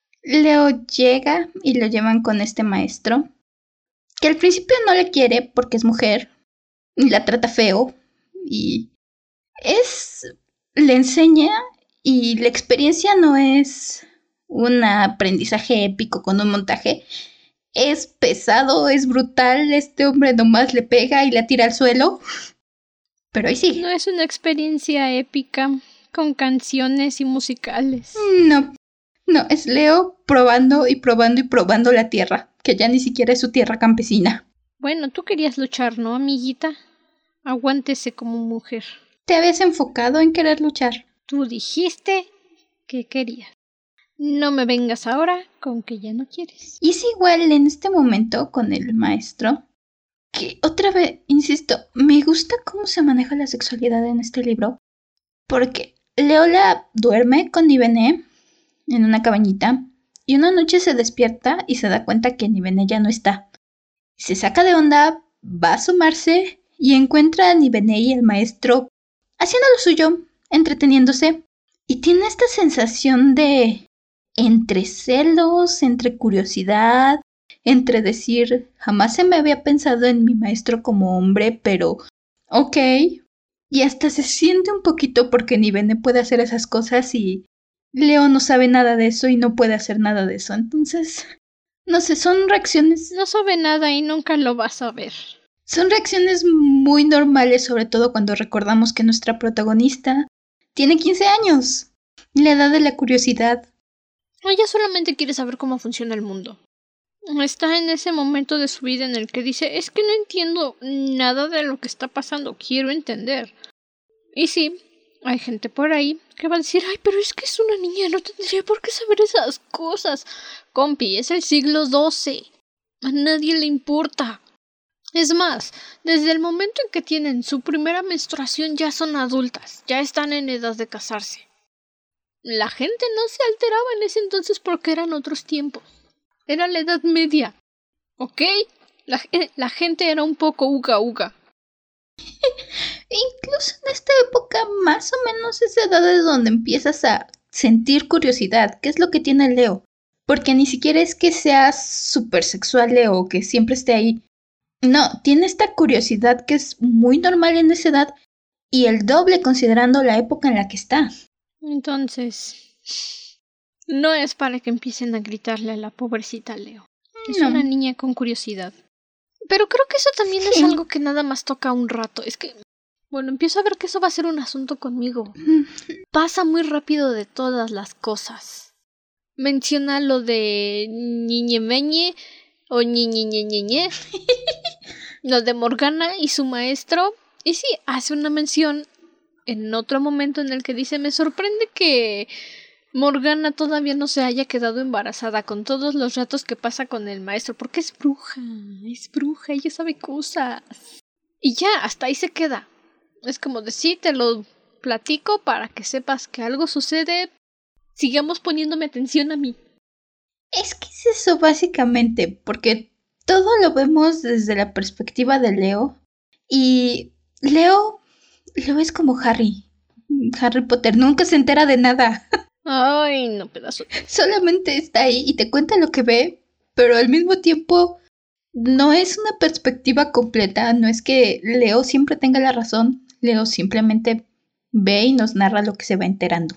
Leo llega y lo llevan con este maestro, que al principio no le quiere porque es mujer, y la trata feo, y es... le enseña... Y la experiencia no es un aprendizaje épico con un montaje. Es pesado, es brutal. Este hombre nomás le pega y la tira al suelo. Pero ahí sigue.
No es una experiencia épica con canciones y musicales.
No, no, es Leo probando y probando y probando la tierra, que ya ni siquiera es su tierra campesina.
Bueno, tú querías luchar, ¿no, amiguita? Aguántese como mujer.
Te habías enfocado en querer luchar.
Tú dijiste que querías. No me vengas ahora con que ya no quieres.
Y es igual en este momento con el maestro, que otra vez, insisto, me gusta cómo se maneja la sexualidad en este libro, porque Leola duerme con Nivene en una cabañita, y una noche se despierta y se da cuenta que Nivene ya no está. Se saca de onda, va a asomarse y encuentra a Nivene y el maestro haciendo lo suyo, entreteniéndose, y tiene esta sensación de entre celos, entre curiosidad, entre decir, jamás se me había pensado en mi maestro como hombre, pero ok, y hasta se siente un poquito porque Nivene puede hacer esas cosas y Leo no sabe nada de eso y no puede hacer nada de eso, entonces, no sé, son reacciones...
No sabe nada y nunca lo vas a ver.
Son reacciones muy normales, sobre todo cuando recordamos que nuestra protagonista tiene quince años, la edad de la curiosidad.
Ella solamente quiere saber cómo funciona el mundo. Está en ese momento de su vida en el que dice, es que no entiendo nada de lo que está pasando, quiero entender. Y sí, hay gente por ahí que va a decir, ay, pero es que es una niña, no tendría por qué saber esas cosas. Compi, es el siglo doce. A nadie le importa. Es más, desde el momento en que tienen su primera menstruación ya son adultas, ya están en edad de casarse. La gente no se alteraba en ese entonces porque eran otros tiempos. Era la Edad Media. ¿Ok? La, la gente era un poco uga uga.
Incluso en esta época, más o menos esa edad es donde empiezas a sentir curiosidad. ¿Qué es lo que tiene Leo? Porque ni siquiera es que sea súper sexual Leo o que siempre esté ahí. No, tiene esta curiosidad que es muy normal en esa edad y el doble considerando la época en la que está.
Entonces, no es para que empiecen a gritarle a la pobrecita Leo. Es
No.
una niña con curiosidad. Pero creo que eso también sí. es algo que nada más toca un rato. Es que, bueno, empiezo a ver que eso va a ser un asunto conmigo. Pasa muy rápido de todas las cosas. Menciona lo de ñiñemeñe o ñiñiñeñeñe. Lo de Morgana y su maestro. Y sí, hace una mención en otro momento en el que dice, me sorprende que Morgana todavía no se haya quedado embarazada con todos los ratos que pasa con el maestro, porque es bruja, es bruja, ella sabe cosas. Y ya, hasta ahí se queda. Es como decir, te lo platico para que sepas que algo sucede, sigamos poniéndome atención a mí.
Es que es eso básicamente, porque todo lo vemos desde la perspectiva de Leo, y Leo lo es como Harry, Harry Potter, nunca se entera de nada.
Ay, no, pedazo.
Solamente está ahí y te cuenta lo que ve, pero al mismo tiempo no es una perspectiva completa, no es que Leo siempre tenga la razón, Leo simplemente ve y nos narra lo que se va enterando.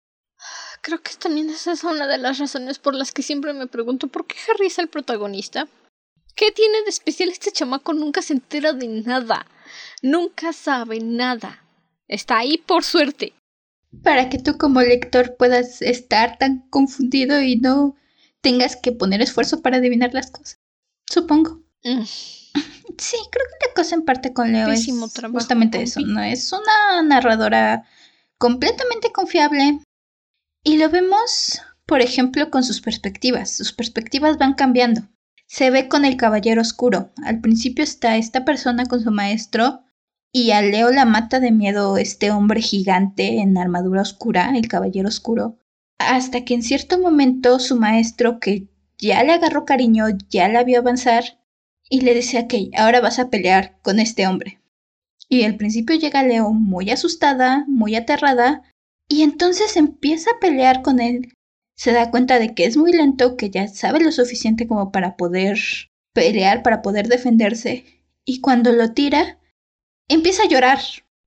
Creo que también esa es una de las razones por las que siempre me pregunto por qué Harry es el protagonista. ¿Qué tiene de especial este chamaco? Nunca se entera de nada, nunca sabe nada, está ahí por suerte.
Para que tú como lector puedas estar tan confundido y no tengas que poner esfuerzo para adivinar las cosas. Supongo.
Mm.
Sí, creo que la cosa en parte con Leo
Pésimo
es
trabajo,
justamente
compi.
eso. No es una narradora completamente confiable. Y lo vemos, por ejemplo, con sus perspectivas. Sus perspectivas van cambiando. Se ve con el Caballero Oscuro. Al principio está esta persona con su maestro y a Leo la mata de miedo este hombre gigante en armadura oscura, el Caballero Oscuro. Hasta que en cierto momento su maestro, que ya le agarró cariño, ya la vio avanzar y le dice, ok, ahora vas a pelear con este hombre. Y al principio llega Leo muy asustada, muy aterrada, y entonces empieza a pelear con él. Se da cuenta de que es muy lento, que ya sabe lo suficiente como para poder pelear, para poder defenderse. Y cuando lo tira, empieza a llorar.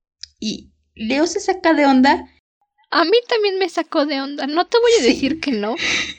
Y Leo se saca de onda.
A mí también me sacó de onda, no te voy a
Sí.
decir que no.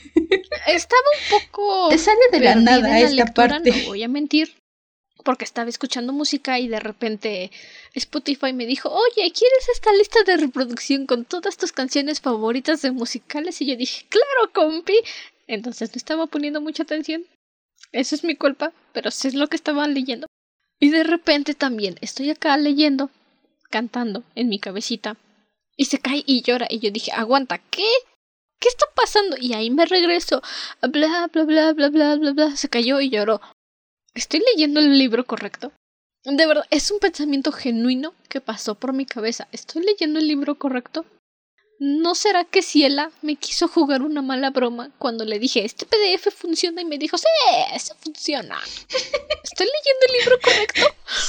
Estaba un poco...
Te sale de la
perdida
nada
en la
esta
lectura,
parte.
no voy a mentir. Porque estaba escuchando música y de repente Spotify me dijo, oye, ¿quieres esta lista de reproducción con todas tus canciones favoritas de musicales? Y yo dije, claro, compi. Entonces no estaba poniendo mucha atención. Eso es mi culpa, pero sí es lo que estaba leyendo. Y de repente también estoy acá leyendo, cantando en mi cabecita. Y se cae y llora. Y yo dije, aguanta, ¿qué? ¿Qué está pasando? Y ahí me regreso. Bla, bla, bla, bla, bla, bla, bla. Se cayó y lloró. ¿Estoy leyendo el libro correcto? De verdad, es un pensamiento genuino que pasó por mi cabeza. ¿Estoy leyendo el libro correcto? ¿No será que Ciela me quiso jugar una mala broma cuando le dije, este P D F funciona? Y me dijo, sí, eso funciona. ¿Estoy leyendo el libro correcto?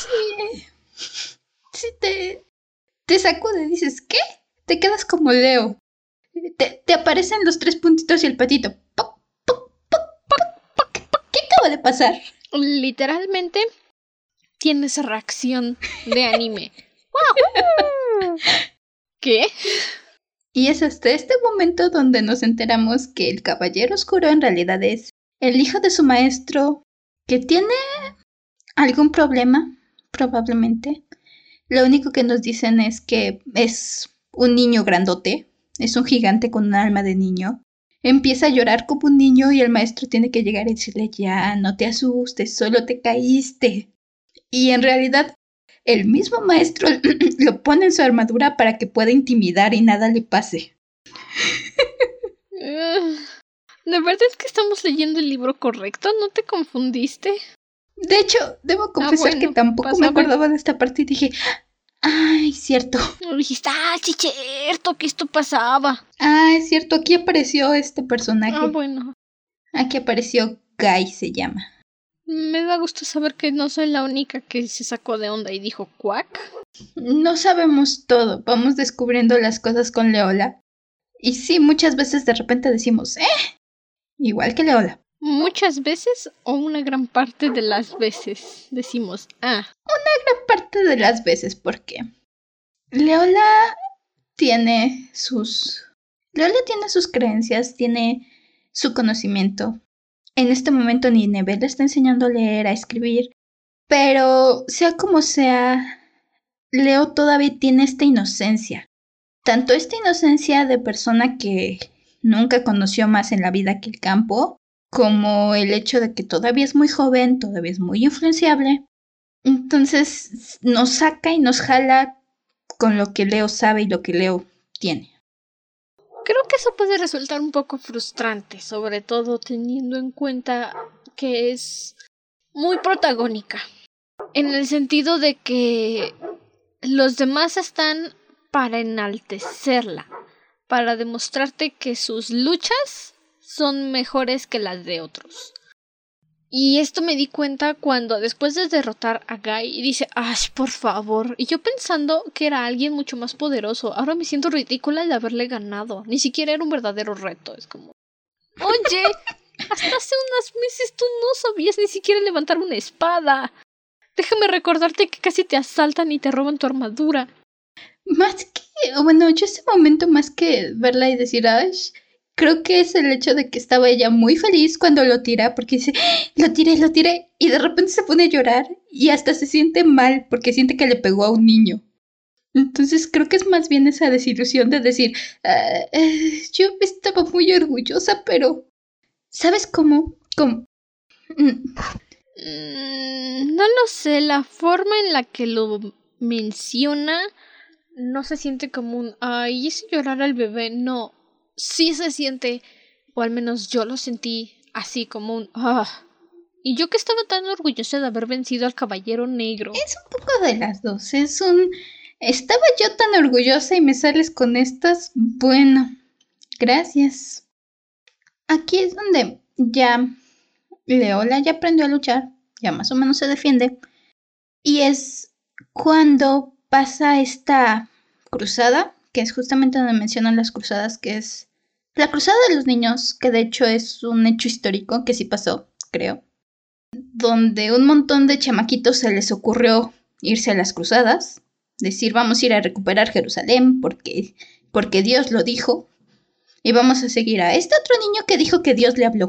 Sí. Sí, te, te sacude, dices, ¿qué? Te quedas como Leo. Te, te aparecen los tres puntitos y el patito. ¡Poc, poc, poc, poc, poc, poc! ¿Qué acaba de pasar?
Literalmente tiene esa reacción de anime. ¿Qué?
Y es hasta este momento donde nos enteramos que el Caballero Oscuro en realidad es el hijo de su maestro, que tiene algún problema, probablemente. Lo único que nos dicen es que es un niño grandote, es un gigante con un alma de niño. Empieza a llorar como un niño y el maestro tiene que llegar y decirle, ya, no te asustes, solo te caíste. Y en realidad, el mismo maestro lo pone en su armadura para que pueda intimidar y nada le pase.
Uh, ¿De verdad es que estamos leyendo el libro correcto? ¿No te confundiste?
De hecho, debo confesar
ah, bueno,
que tampoco
pásame.
me acordaba de esta parte y dije, ay, cierto.
Dijiste, ah, sí, cierto, que esto pasaba.
Ah, es cierto, aquí apareció este personaje.
Ah, bueno.
Aquí apareció Guy se llama.
Me da gusto saber que no soy la única que se sacó de onda y dijo ¿cuac?
No sabemos todo, vamos descubriendo las cosas con Leola. Y sí, muchas veces de repente decimos, ¡eh! Igual que Leola.
Muchas veces o una gran parte de las veces decimos, ah.
Una gran parte de las veces, ¿por qué? Leola tiene sus... Leola tiene sus creencias, tiene su conocimiento. En este momento ni Neve le está enseñando a leer, a escribir. Pero sea como sea, Leo todavía tiene esta inocencia. Tanto esta inocencia de persona que nunca conoció más en la vida que el campo, como el hecho de que todavía es muy joven, todavía es muy influenciable. Entonces nos saca y nos jala con lo que Leo sabe y lo que Leo tiene.
Creo que eso puede resultar un poco frustrante, sobre todo teniendo en cuenta que es muy protagónica. En el sentido de que los demás están para enaltecerla, para demostrarte que sus luchas son mejores que las de otros. Y esto me di cuenta cuando después de derrotar a Guy dice, ¡ay, por favor! Y yo pensando que era alguien mucho más poderoso. Ahora me siento ridícula de haberle ganado. Ni siquiera era un verdadero reto. Es como, oye, hasta hace unos meses tú no sabías ni siquiera levantar una espada. Déjame recordarte que casi te asaltan y te roban tu armadura.
Más que, bueno, yo ese momento más que verla y decir, ¡ay! Creo que es el hecho de que estaba ella muy feliz cuando lo tira, porque dice, lo tiré, lo tiré, y de repente se pone a llorar y hasta se siente mal porque siente que le pegó a un niño. Entonces creo que es más bien esa desilusión de decir, uh, eh, yo estaba muy orgullosa, pero ¿sabes cómo? ¿Cómo?
Mm. Mm, no lo sé, la forma en la que lo menciona no se siente como un, ay, hice llorar al bebé, no. Sí se siente, o al menos yo lo sentí así como un ah. Y yo que estaba tan orgullosa de haber vencido al caballero negro.
Es un poco de las dos, es un... Estaba yo tan orgullosa y me sales con estas, bueno, gracias. Aquí es donde ya Leola ya aprendió a luchar, ya más o menos se defiende. Y es cuando pasa esta cruzada, que es justamente donde mencionan las cruzadas, que es la cruzada de los niños, que de hecho es un hecho histórico que sí pasó, creo, donde un montón de chamaquitos se les ocurrió irse a las cruzadas, decir vamos a ir a recuperar Jerusalén porque, porque Dios lo dijo, y vamos a seguir a este otro niño que dijo que Dios le habló.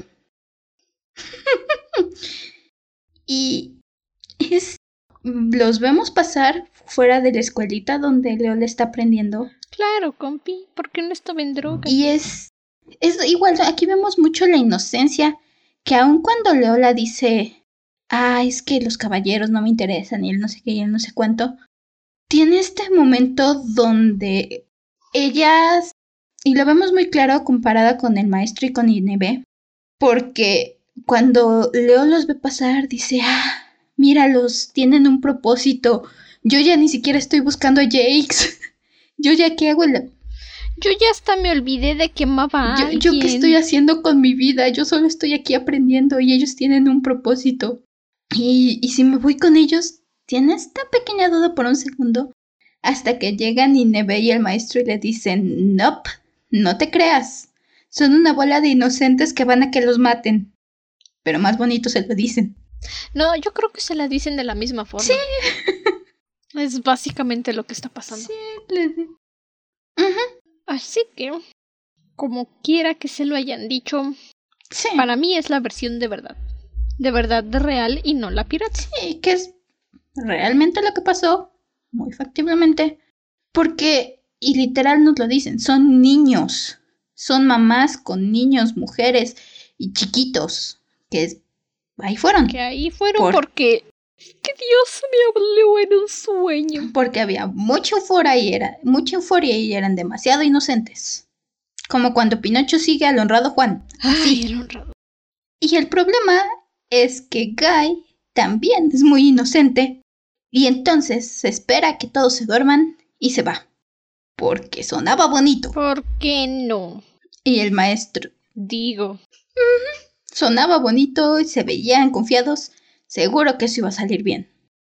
Y es... los vemos pasar fuera de la escuelita donde Leo le está aprendiendo.
Claro, compi, ¿por qué no estaba en droga?
Y es, es igual, aquí vemos mucho la inocencia, que aun cuando Leola dice, ah, es que los caballeros no me interesan y él no sé qué y él no sé cuánto, tiene este momento donde ellas, y lo vemos muy claro comparada con el maestro y con Neve, porque cuando Leo los ve pasar dice, ah, míralos, tienen un propósito. Yo ya ni siquiera estoy buscando a Jakes. Yo ya qué hago. La...
Yo ya hasta me olvidé de que amaba a
yo,
alguien.
Yo qué estoy haciendo con mi vida. Yo solo estoy aquí aprendiendo y ellos tienen un propósito. Y, y si me voy con ellos, tiene esta pequeña duda por un segundo. Hasta que llegan Neve y el maestro y le dicen, nope, no te creas. Son una bola de inocentes que van a que los maten. Pero más bonito se lo dicen.
No, yo creo que se la dicen de la misma forma.
Sí.
Es básicamente lo que está pasando.
Sí, le di. Uh-huh.
Así que, como quiera que se lo hayan dicho,
sí.
Para mí es la versión de verdad. De verdad, de real y no la pirata.
Sí, que es realmente lo que pasó. Muy factiblemente. Porque, y literal nos lo dicen, son niños. Son mamás con niños, mujeres y chiquitos. Que es... ahí fueron.
Que ahí fueron Por... porque... que Dios me habló en un sueño.
Porque había mucha euforia y, era, mucha euforia y eran demasiado inocentes. Como cuando Pinocho sigue al honrado Juan.
Ay, sí. El honrado.
Y el problema es que Guy también es muy inocente. Y entonces se espera que todos se duerman y se va. Porque sonaba bonito.
¿Por qué no?
Y el maestro...
Digo...
Uh-huh. sonaba bonito y se veían confiados. Seguro que eso iba a salir bien.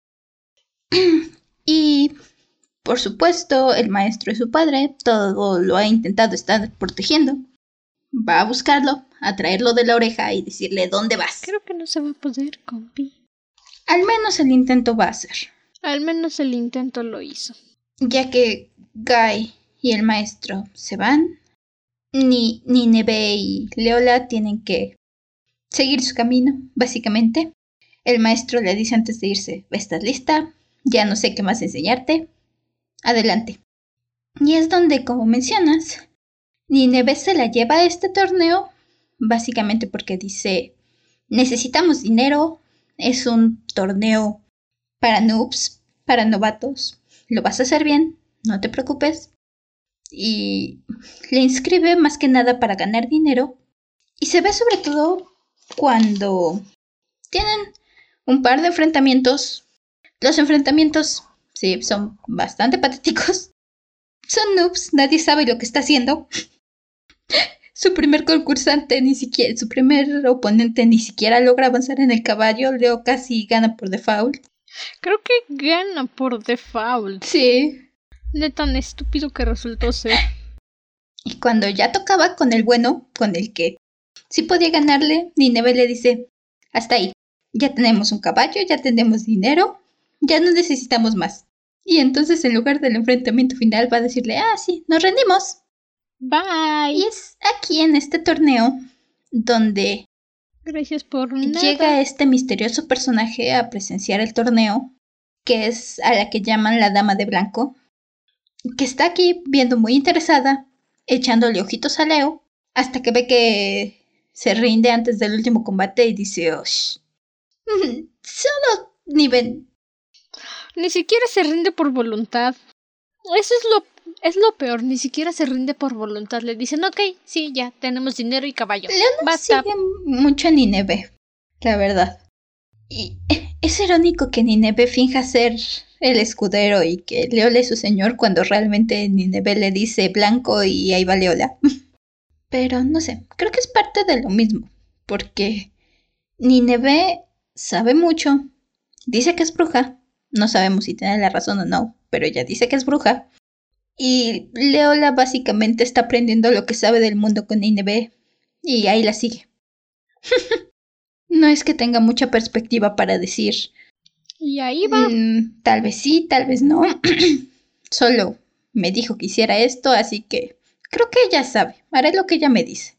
Y, por supuesto, el maestro y su padre todo lo ha intentado estar protegiendo. Va a buscarlo, a traerlo de la oreja y decirle ¿dónde vas?
Creo que no se va a poder, compi.
Al menos el intento va a ser.
Al menos el intento lo hizo.
Ya que Guy y el maestro se van, ni Nineveh y Leola tienen que seguir su camino, básicamente. El maestro le dice antes de irse, ¿estás lista? Ya no sé qué más enseñarte. Adelante. Y es donde, como mencionas, Nineveh se la lleva a este torneo, básicamente porque dice, necesitamos dinero, es un torneo para noobs, para novatos, lo vas a hacer bien, no te preocupes. Y le inscribe más que nada para ganar dinero. Y se ve sobre todo cuando tienen un par de enfrentamientos. Los enfrentamientos, sí, son bastante patéticos. Son noobs, nadie sabe lo que está haciendo. Su primer concursante ni siquiera, su primer oponente ni siquiera logra avanzar en el caballo. Leo casi gana por default.
Creo que gana por default.
Sí.
De tan estúpido que resultó ser.
Y cuando ya tocaba con el bueno, con el que sí podía ganarle, Nineveh le dice, hasta ahí, ya tenemos un caballo, ya tenemos dinero, ya no necesitamos más. Y entonces en lugar del enfrentamiento final va a decirle, ah, sí, nos rendimos.
Bye.
Y es aquí en este torneo donde
Gracias por nada.
Llega este misterioso personaje a presenciar el torneo, que es a la que llaman la Dama de Blanco, que está aquí viendo muy interesada, echándole ojitos a Leo, hasta que ve que se rinde antes del último combate y dice, oh, solo nivel.
Ni siquiera se rinde por voluntad. Eso es lo, es lo peor, ni siquiera se rinde por voluntad. Le dicen, ok, sí, ya, tenemos dinero y caballo.
Leo no
Basta.
sigue mucho a Nineveh, la verdad. Y es irónico que Nineveh finja ser el escudero y que Leola es su señor cuando realmente Nineveh le dice blanco y ahí va Leola. Pero no sé, creo que es parte de lo mismo, porque Nineveh sabe mucho, dice que es bruja, no sabemos si tiene la razón o no, pero ella dice que es bruja. Y Leola básicamente está aprendiendo lo que sabe del mundo con Nineveh y ahí la sigue. No es que tenga mucha perspectiva para decir...
Y ahí va.
Mmm, tal vez sí, tal vez no. Solo me dijo que hiciera esto, así que creo que ella sabe. Haré lo que ella me dice.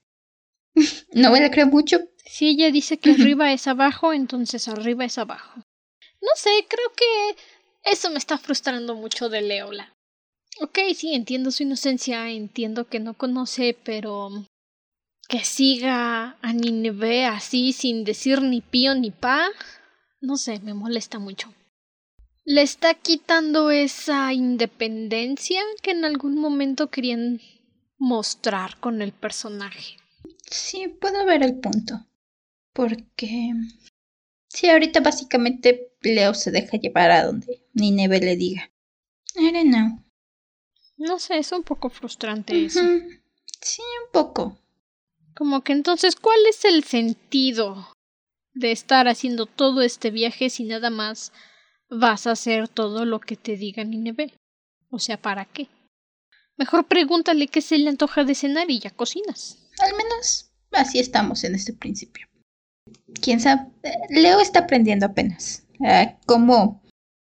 No me la creo mucho.
Si ella dice que arriba es abajo, entonces arriba es abajo. No sé, creo que eso me está frustrando mucho de Leola. Ok, sí, entiendo su inocencia, entiendo que no conoce, pero... que siga a Nineveh así sin decir ni pío ni pa, no sé, me molesta mucho. Le está quitando esa independencia que en algún momento querían mostrar con el personaje.
Sí, puedo ver el punto. Porque... sí, ahorita básicamente Leo se deja llevar a donde Nineveh le diga. I don't know.
No sé, es un poco frustrante
Uh-huh.
eso.
Sí, un poco.
Como que entonces, ¿cuál es el sentido de estar haciendo todo este viaje si nada más vas a hacer todo lo que te diga Nineveh? O sea, ¿para qué? Mejor pregúntale qué se le antoja de cenar y ya cocinas.
Al menos así estamos en este principio. Quién sabe, Leo está aprendiendo apenas. Uh, como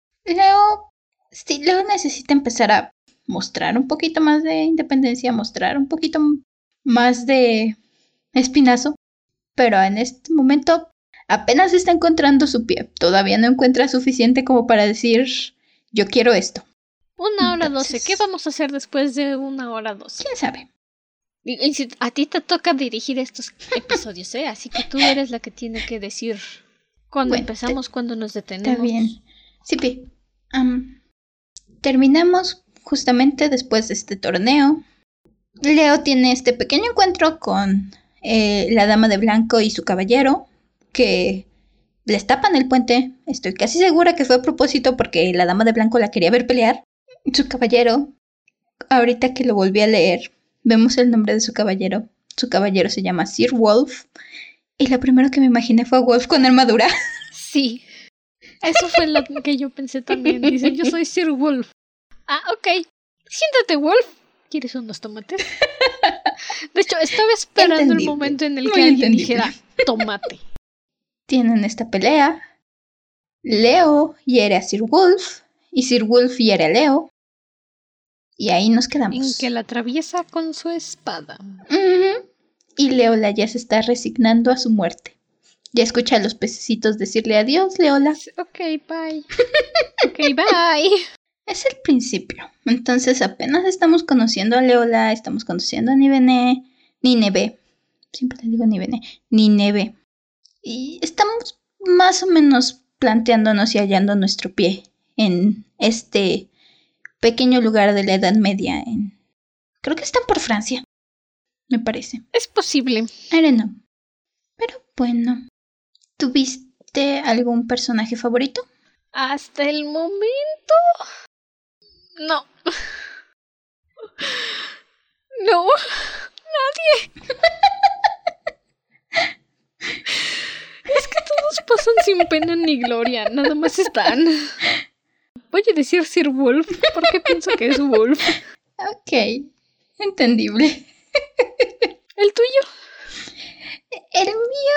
Leo, sí, Leo necesita empezar a mostrar un poquito más de independencia, mostrar un poquito más de espinazo, pero en este momento apenas está encontrando su pie. Todavía no encuentra suficiente como para decir, yo quiero esto.
Una hora doce. ¿Qué vamos a hacer después de una hora doce?
¿Quién sabe?
Y, y si a ti te toca dirigir estos episodios, ¿eh? Así que tú eres la que tiene que decir cuándo
bueno,
empezamos,
te,
cuándo nos detenemos.
Está bien. Sí, Pi. Um, terminamos justamente después de este torneo. Leo tiene este pequeño encuentro con eh, la Dama de Blanco y su caballero, que les tapan el puente. Estoy casi segura que fue a propósito porque la Dama de Blanco la quería ver pelear. Su caballero, ahorita que lo volví a leer, vemos el nombre de su caballero. Su caballero se llama Sir Wolf Y lo primero que me imaginé fue a Wolf con armadura.
Sí, eso fue lo que yo pensé también. Dice, yo soy Sir Wolf. Ah, ok. Siéntate, Wolf. ¿Quieres unos tomates? De hecho, estaba esperando entendible. El momento en el que Muy alguien entendible. Dijera tomate.
Tienen esta pelea. Leo hiere a Sir Wolf. Y Sir Wolf hiere a Leo. Y ahí nos quedamos.
En que la atraviesa con su espada.
Uh-huh. Y Leola ya se está resignando a su muerte. Ya escucha a los pececitos decirle adiós, Leola.
Ok, bye. Ok, bye.
Es el principio. Entonces apenas estamos conociendo a Leola, estamos conociendo a Nivene, Nineve. Siempre le digo Nivene, Nineve. Y estamos más o menos planteándonos y hallando nuestro pie en este pequeño lugar de la Edad Media. En... Creo que están por Francia, me parece.
Es posible.
I don't know. Pero bueno, ¿tuviste algún personaje favorito?
Hasta el momento... No. No. Nadie. Es que todos pasan sin pena ni gloria. Nada más están. Voy a decir Sir Wolf porque pienso que es Wolf.
Ok. Entendible.
¿El tuyo?
El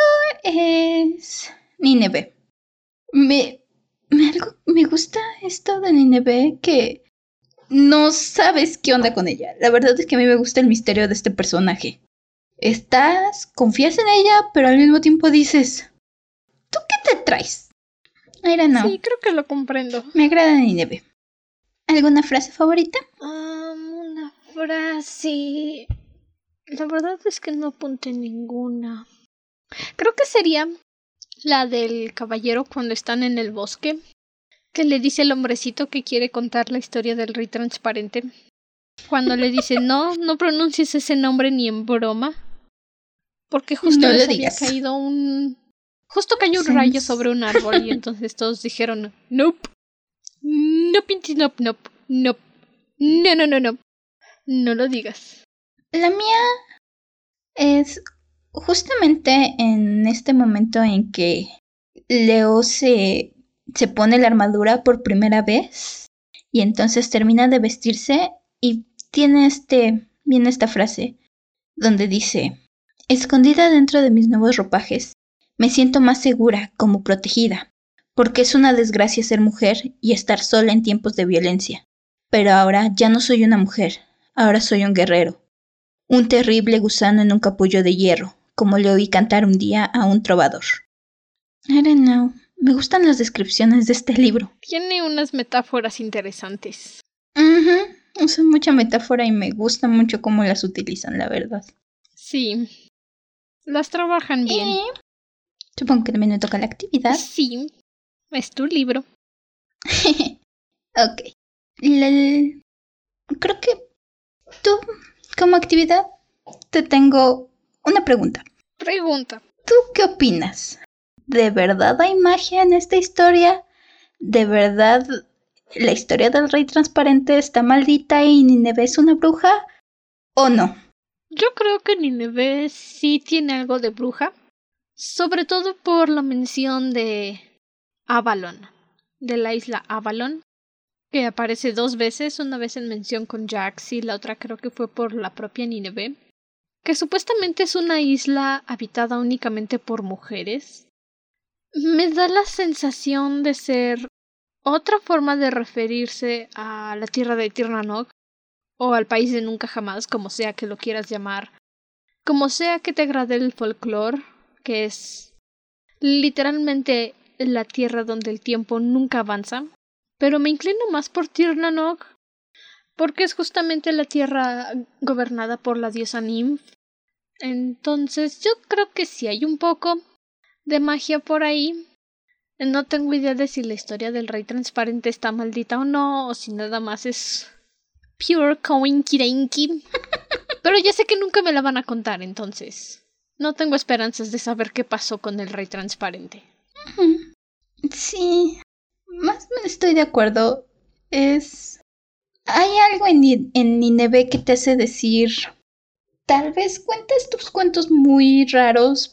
mío es Nineve. Me, me, algo, me gusta esto de Nineve que no sabes qué onda con ella. La verdad es que a mí me gusta el misterio de este personaje. Estás, confías en ella, pero al mismo tiempo dices, ¿tú qué te traes? I don't know.
Sí, creo que lo comprendo.
Me agrada Nineve. ¿Alguna frase favorita?
Um, una frase... La verdad es que no apunté ninguna. Creo que sería la del caballero cuando están en el bosque, que le dice el hombrecito que quiere contar la historia del rey transparente. Cuando le dice, no, no pronuncies ese nombre ni en broma. Porque justo
no
les
lo
había
digas.
caído un... Justo cayó un Sense. rayo sobre un árbol y entonces todos dijeron, nope. No pinches, nope, nope, nope. No, no, no, no. No lo digas.
La mía es justamente en este momento en que Leo se, se pone la armadura por primera vez y entonces termina de vestirse y tiene este, viene esta frase donde dice, escondida dentro de mis nuevos ropajes, me siento más segura, como protegida, porque es una desgracia ser mujer y estar sola en tiempos de violencia. Pero ahora ya no soy una mujer, ahora soy un guerrero. Un terrible gusano en un capullo de hierro, como le oí cantar un día a un trovador. I don't know. Me gustan las descripciones de este libro.
Tiene unas metáforas interesantes.
Uh-huh. Usan mucha metáfora y me gusta mucho cómo las utilizan, la verdad.
Sí. Las trabajan bien.
Y... supongo que también me toca la actividad.
Sí. Es tu libro.
Ok. L- Creo que tú, como actividad, te tengo una pregunta.
Pregunta.
¿Tú qué opinas? ¿De verdad hay magia en esta historia? ¿De verdad la historia del rey transparente está maldita y Nineve es una bruja? ¿O no?
Yo creo que Nineve sí tiene algo de bruja. Sobre todo por la mención de Avalon. De la isla Avalon. Que aparece dos veces, una vez en mención con Jax y la otra creo que fue por la propia Nineve, que supuestamente es una isla habitada únicamente por mujeres. Me da la sensación de ser otra forma de referirse a la tierra de Tir na Nog, o al país de nunca jamás, como sea que lo quieras llamar, como sea que te agrade el folclore, que es literalmente la tierra donde el tiempo nunca avanza. Pero me inclino más por Tir na Nog, porque es justamente la tierra gobernada por la diosa Nymph. Entonces yo creo que sí hay un poco de magia por ahí. No tengo idea de si la historia del rey transparente está maldita o no, o si nada más es pure coinky. Pero ya sé que nunca me la van a contar, entonces no tengo esperanzas de saber qué pasó con el rey transparente.
Sí... más o menos estoy de acuerdo. Es... hay algo en, Ni- en Nineve que te hace decir... tal vez cuentas tus cuentos muy raros,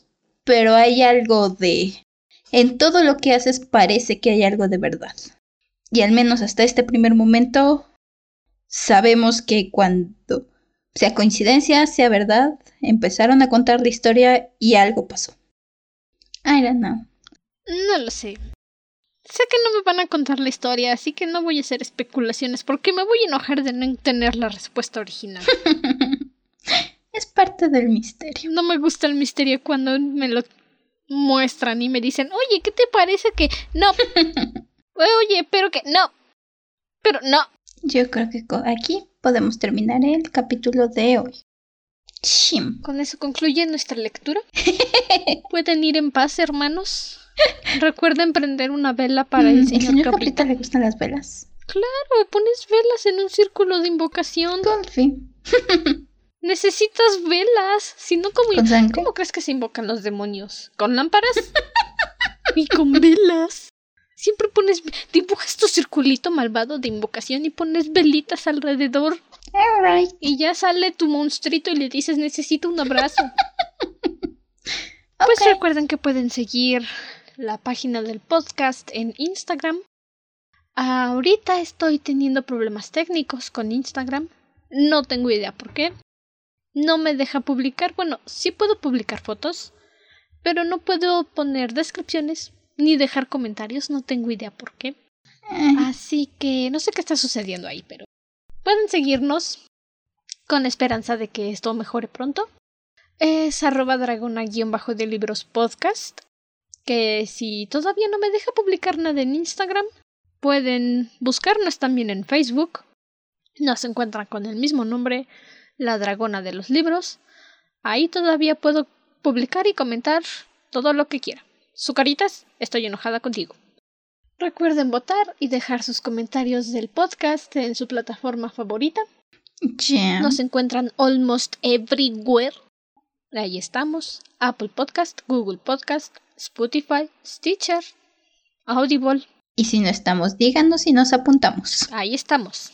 pero hay algo de... En todo lo que haces parece que hay algo de verdad. Y al menos hasta este primer momento sabemos que cuando, sea coincidencia, sea verdad, empezaron a contar la historia y algo pasó. I don't know.
No lo sé. Sé que no me van a contar la historia, así que no voy a hacer especulaciones porque me voy a enojar de no tener la respuesta original.
Es parte del misterio.
No me gusta el misterio cuando me lo muestran y me dicen, oye, ¿qué te parece que...? No. Oye, pero que... No. Pero no.
Yo creo que aquí podemos terminar el capítulo de hoy. Shim.
Con eso concluye nuestra lectura. Pueden ir en paz, hermanos. Recuerden prender una vela para el
Mm,
señor,
¿El señor
Cabrita.
Cabrita le gustan las velas?
Claro, pones velas en un círculo de invocación.
Golfi.
Necesitas velas. Si no, ¿cómo,
¿Con sangre?
¿cómo crees que se invocan los demonios? ¿Con lámparas? Y con velas. Siempre pones... Dibujas tu circulito malvado de invocación y pones velitas alrededor.
Alright.
Y ya sale tu monstruito y le dices, necesito un abrazo. Pues
Ok.
recuerden que pueden seguir la página del podcast en Instagram. Ahorita estoy teniendo problemas técnicos con Instagram. No tengo idea por qué. No me deja publicar. Bueno, sí puedo publicar fotos, pero no puedo poner descripciones ni dejar comentarios. No tengo idea por qué.
Eh,
Así que no sé qué está sucediendo ahí, pero pueden seguirnos con esperanza de que esto mejore pronto. Es arroba dragona guión bajo de libros podcast. Que si todavía no me deja publicar nada en Instagram, pueden buscarnos también en Facebook. Nos encuentran con el mismo nombre, La Dragona de los Libros. Ahí todavía puedo publicar y comentar todo lo que quiera. Sucaritas, estoy enojada contigo. Recuerden votar y dejar sus comentarios del podcast en su plataforma favorita.
yeah.
Nos encuentran almost everywhere. Ahí estamos. Apple Podcast, Google Podcast, Spotify, Stitcher, Audible.
Y si no estamos, díganos y nos apuntamos.
Ahí estamos.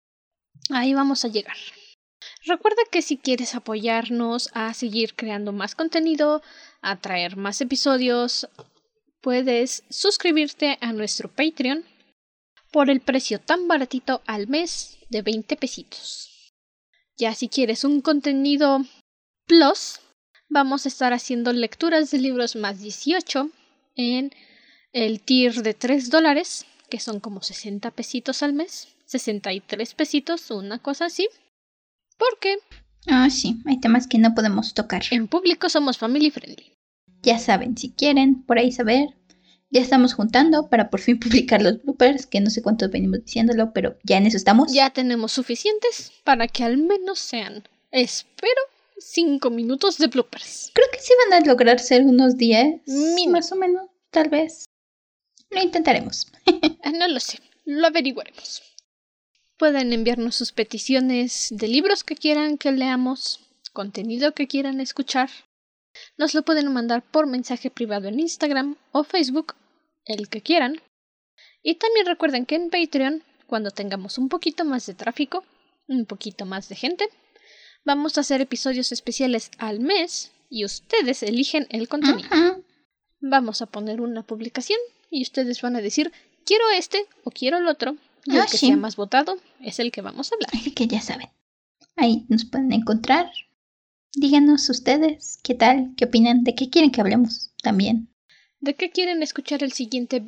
Ahí vamos a llegar. Recuerda que si quieres apoyarnos a seguir creando más contenido, a traer más episodios, puedes suscribirte a nuestro Patreon por el precio tan baratito al mes de veinte pesitos. Ya si quieres un contenido plus, vamos a estar haciendo lecturas de libros más dieciocho en el tier de tres dólares, que son como sesenta pesitos al mes. sesenta y tres pesitos, una cosa así. Porque
Ah, sí, hay temas que no podemos tocar.
en público somos family friendly.
Ya saben, si quieren por ahí saber, ya estamos juntando para por fin publicar los bloopers, que no sé cuántos venimos diciéndolo, pero ya en eso estamos.
Ya tenemos suficientes para que al menos sean, espero, cinco minutos de bloopers.
Creo que sí van a lograr ser unos diez,
Mínimo.
más o menos, tal vez. Lo intentaremos.
Ah, no lo sé, lo averiguaremos. Pueden enviarnos sus peticiones de libros que quieran que leamos, contenido que quieran escuchar. Nos lo pueden mandar por mensaje privado en Instagram o Facebook, el que quieran. Y también recuerden que en Patreon, cuando tengamos un poquito más de tráfico, un poquito más de gente, vamos a hacer episodios especiales al mes y ustedes eligen el contenido.
Ajá.
Vamos a poner una publicación y ustedes van a decir, quiero este o quiero el otro. Y
Ah,
el que
sí.
sea más votado es el que vamos a hablar.
Así que ya saben. Ahí nos pueden encontrar. Díganos ustedes qué tal, qué opinan, de qué quieren que hablemos también.
¿De qué quieren escuchar el siguiente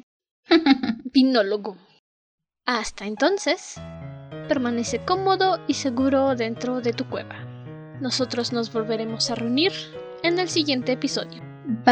vinólogo? Hasta entonces, permanece cómodo y seguro dentro de tu cueva. Nosotros nos volveremos a reunir en el siguiente episodio.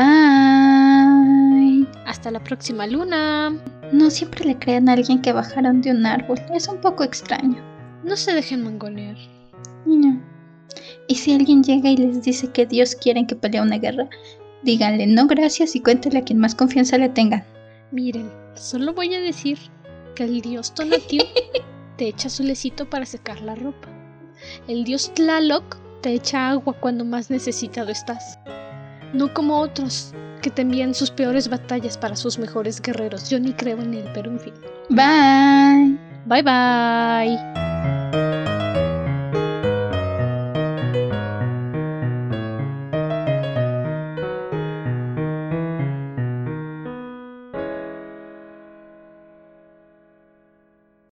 Bye.
Hasta la próxima luna.
No siempre le crean a alguien que bajaron de un árbol. Es un poco extraño.
No se dejen mangonear.
No. Y si alguien llega y les dice que Dios quiere que pelee una guerra, díganle no gracias y cuéntenle a quien más confianza le tengan.
Miren, solo voy a decir que el dios Tonatiuh te echa su lecito para secar la ropa. El dios Tlaloc te echa agua cuando más necesitado estás. No como otros que te envían sus peores batallas para sus mejores guerreros. Yo ni creo en él, pero en fin.
Bye.
Bye bye.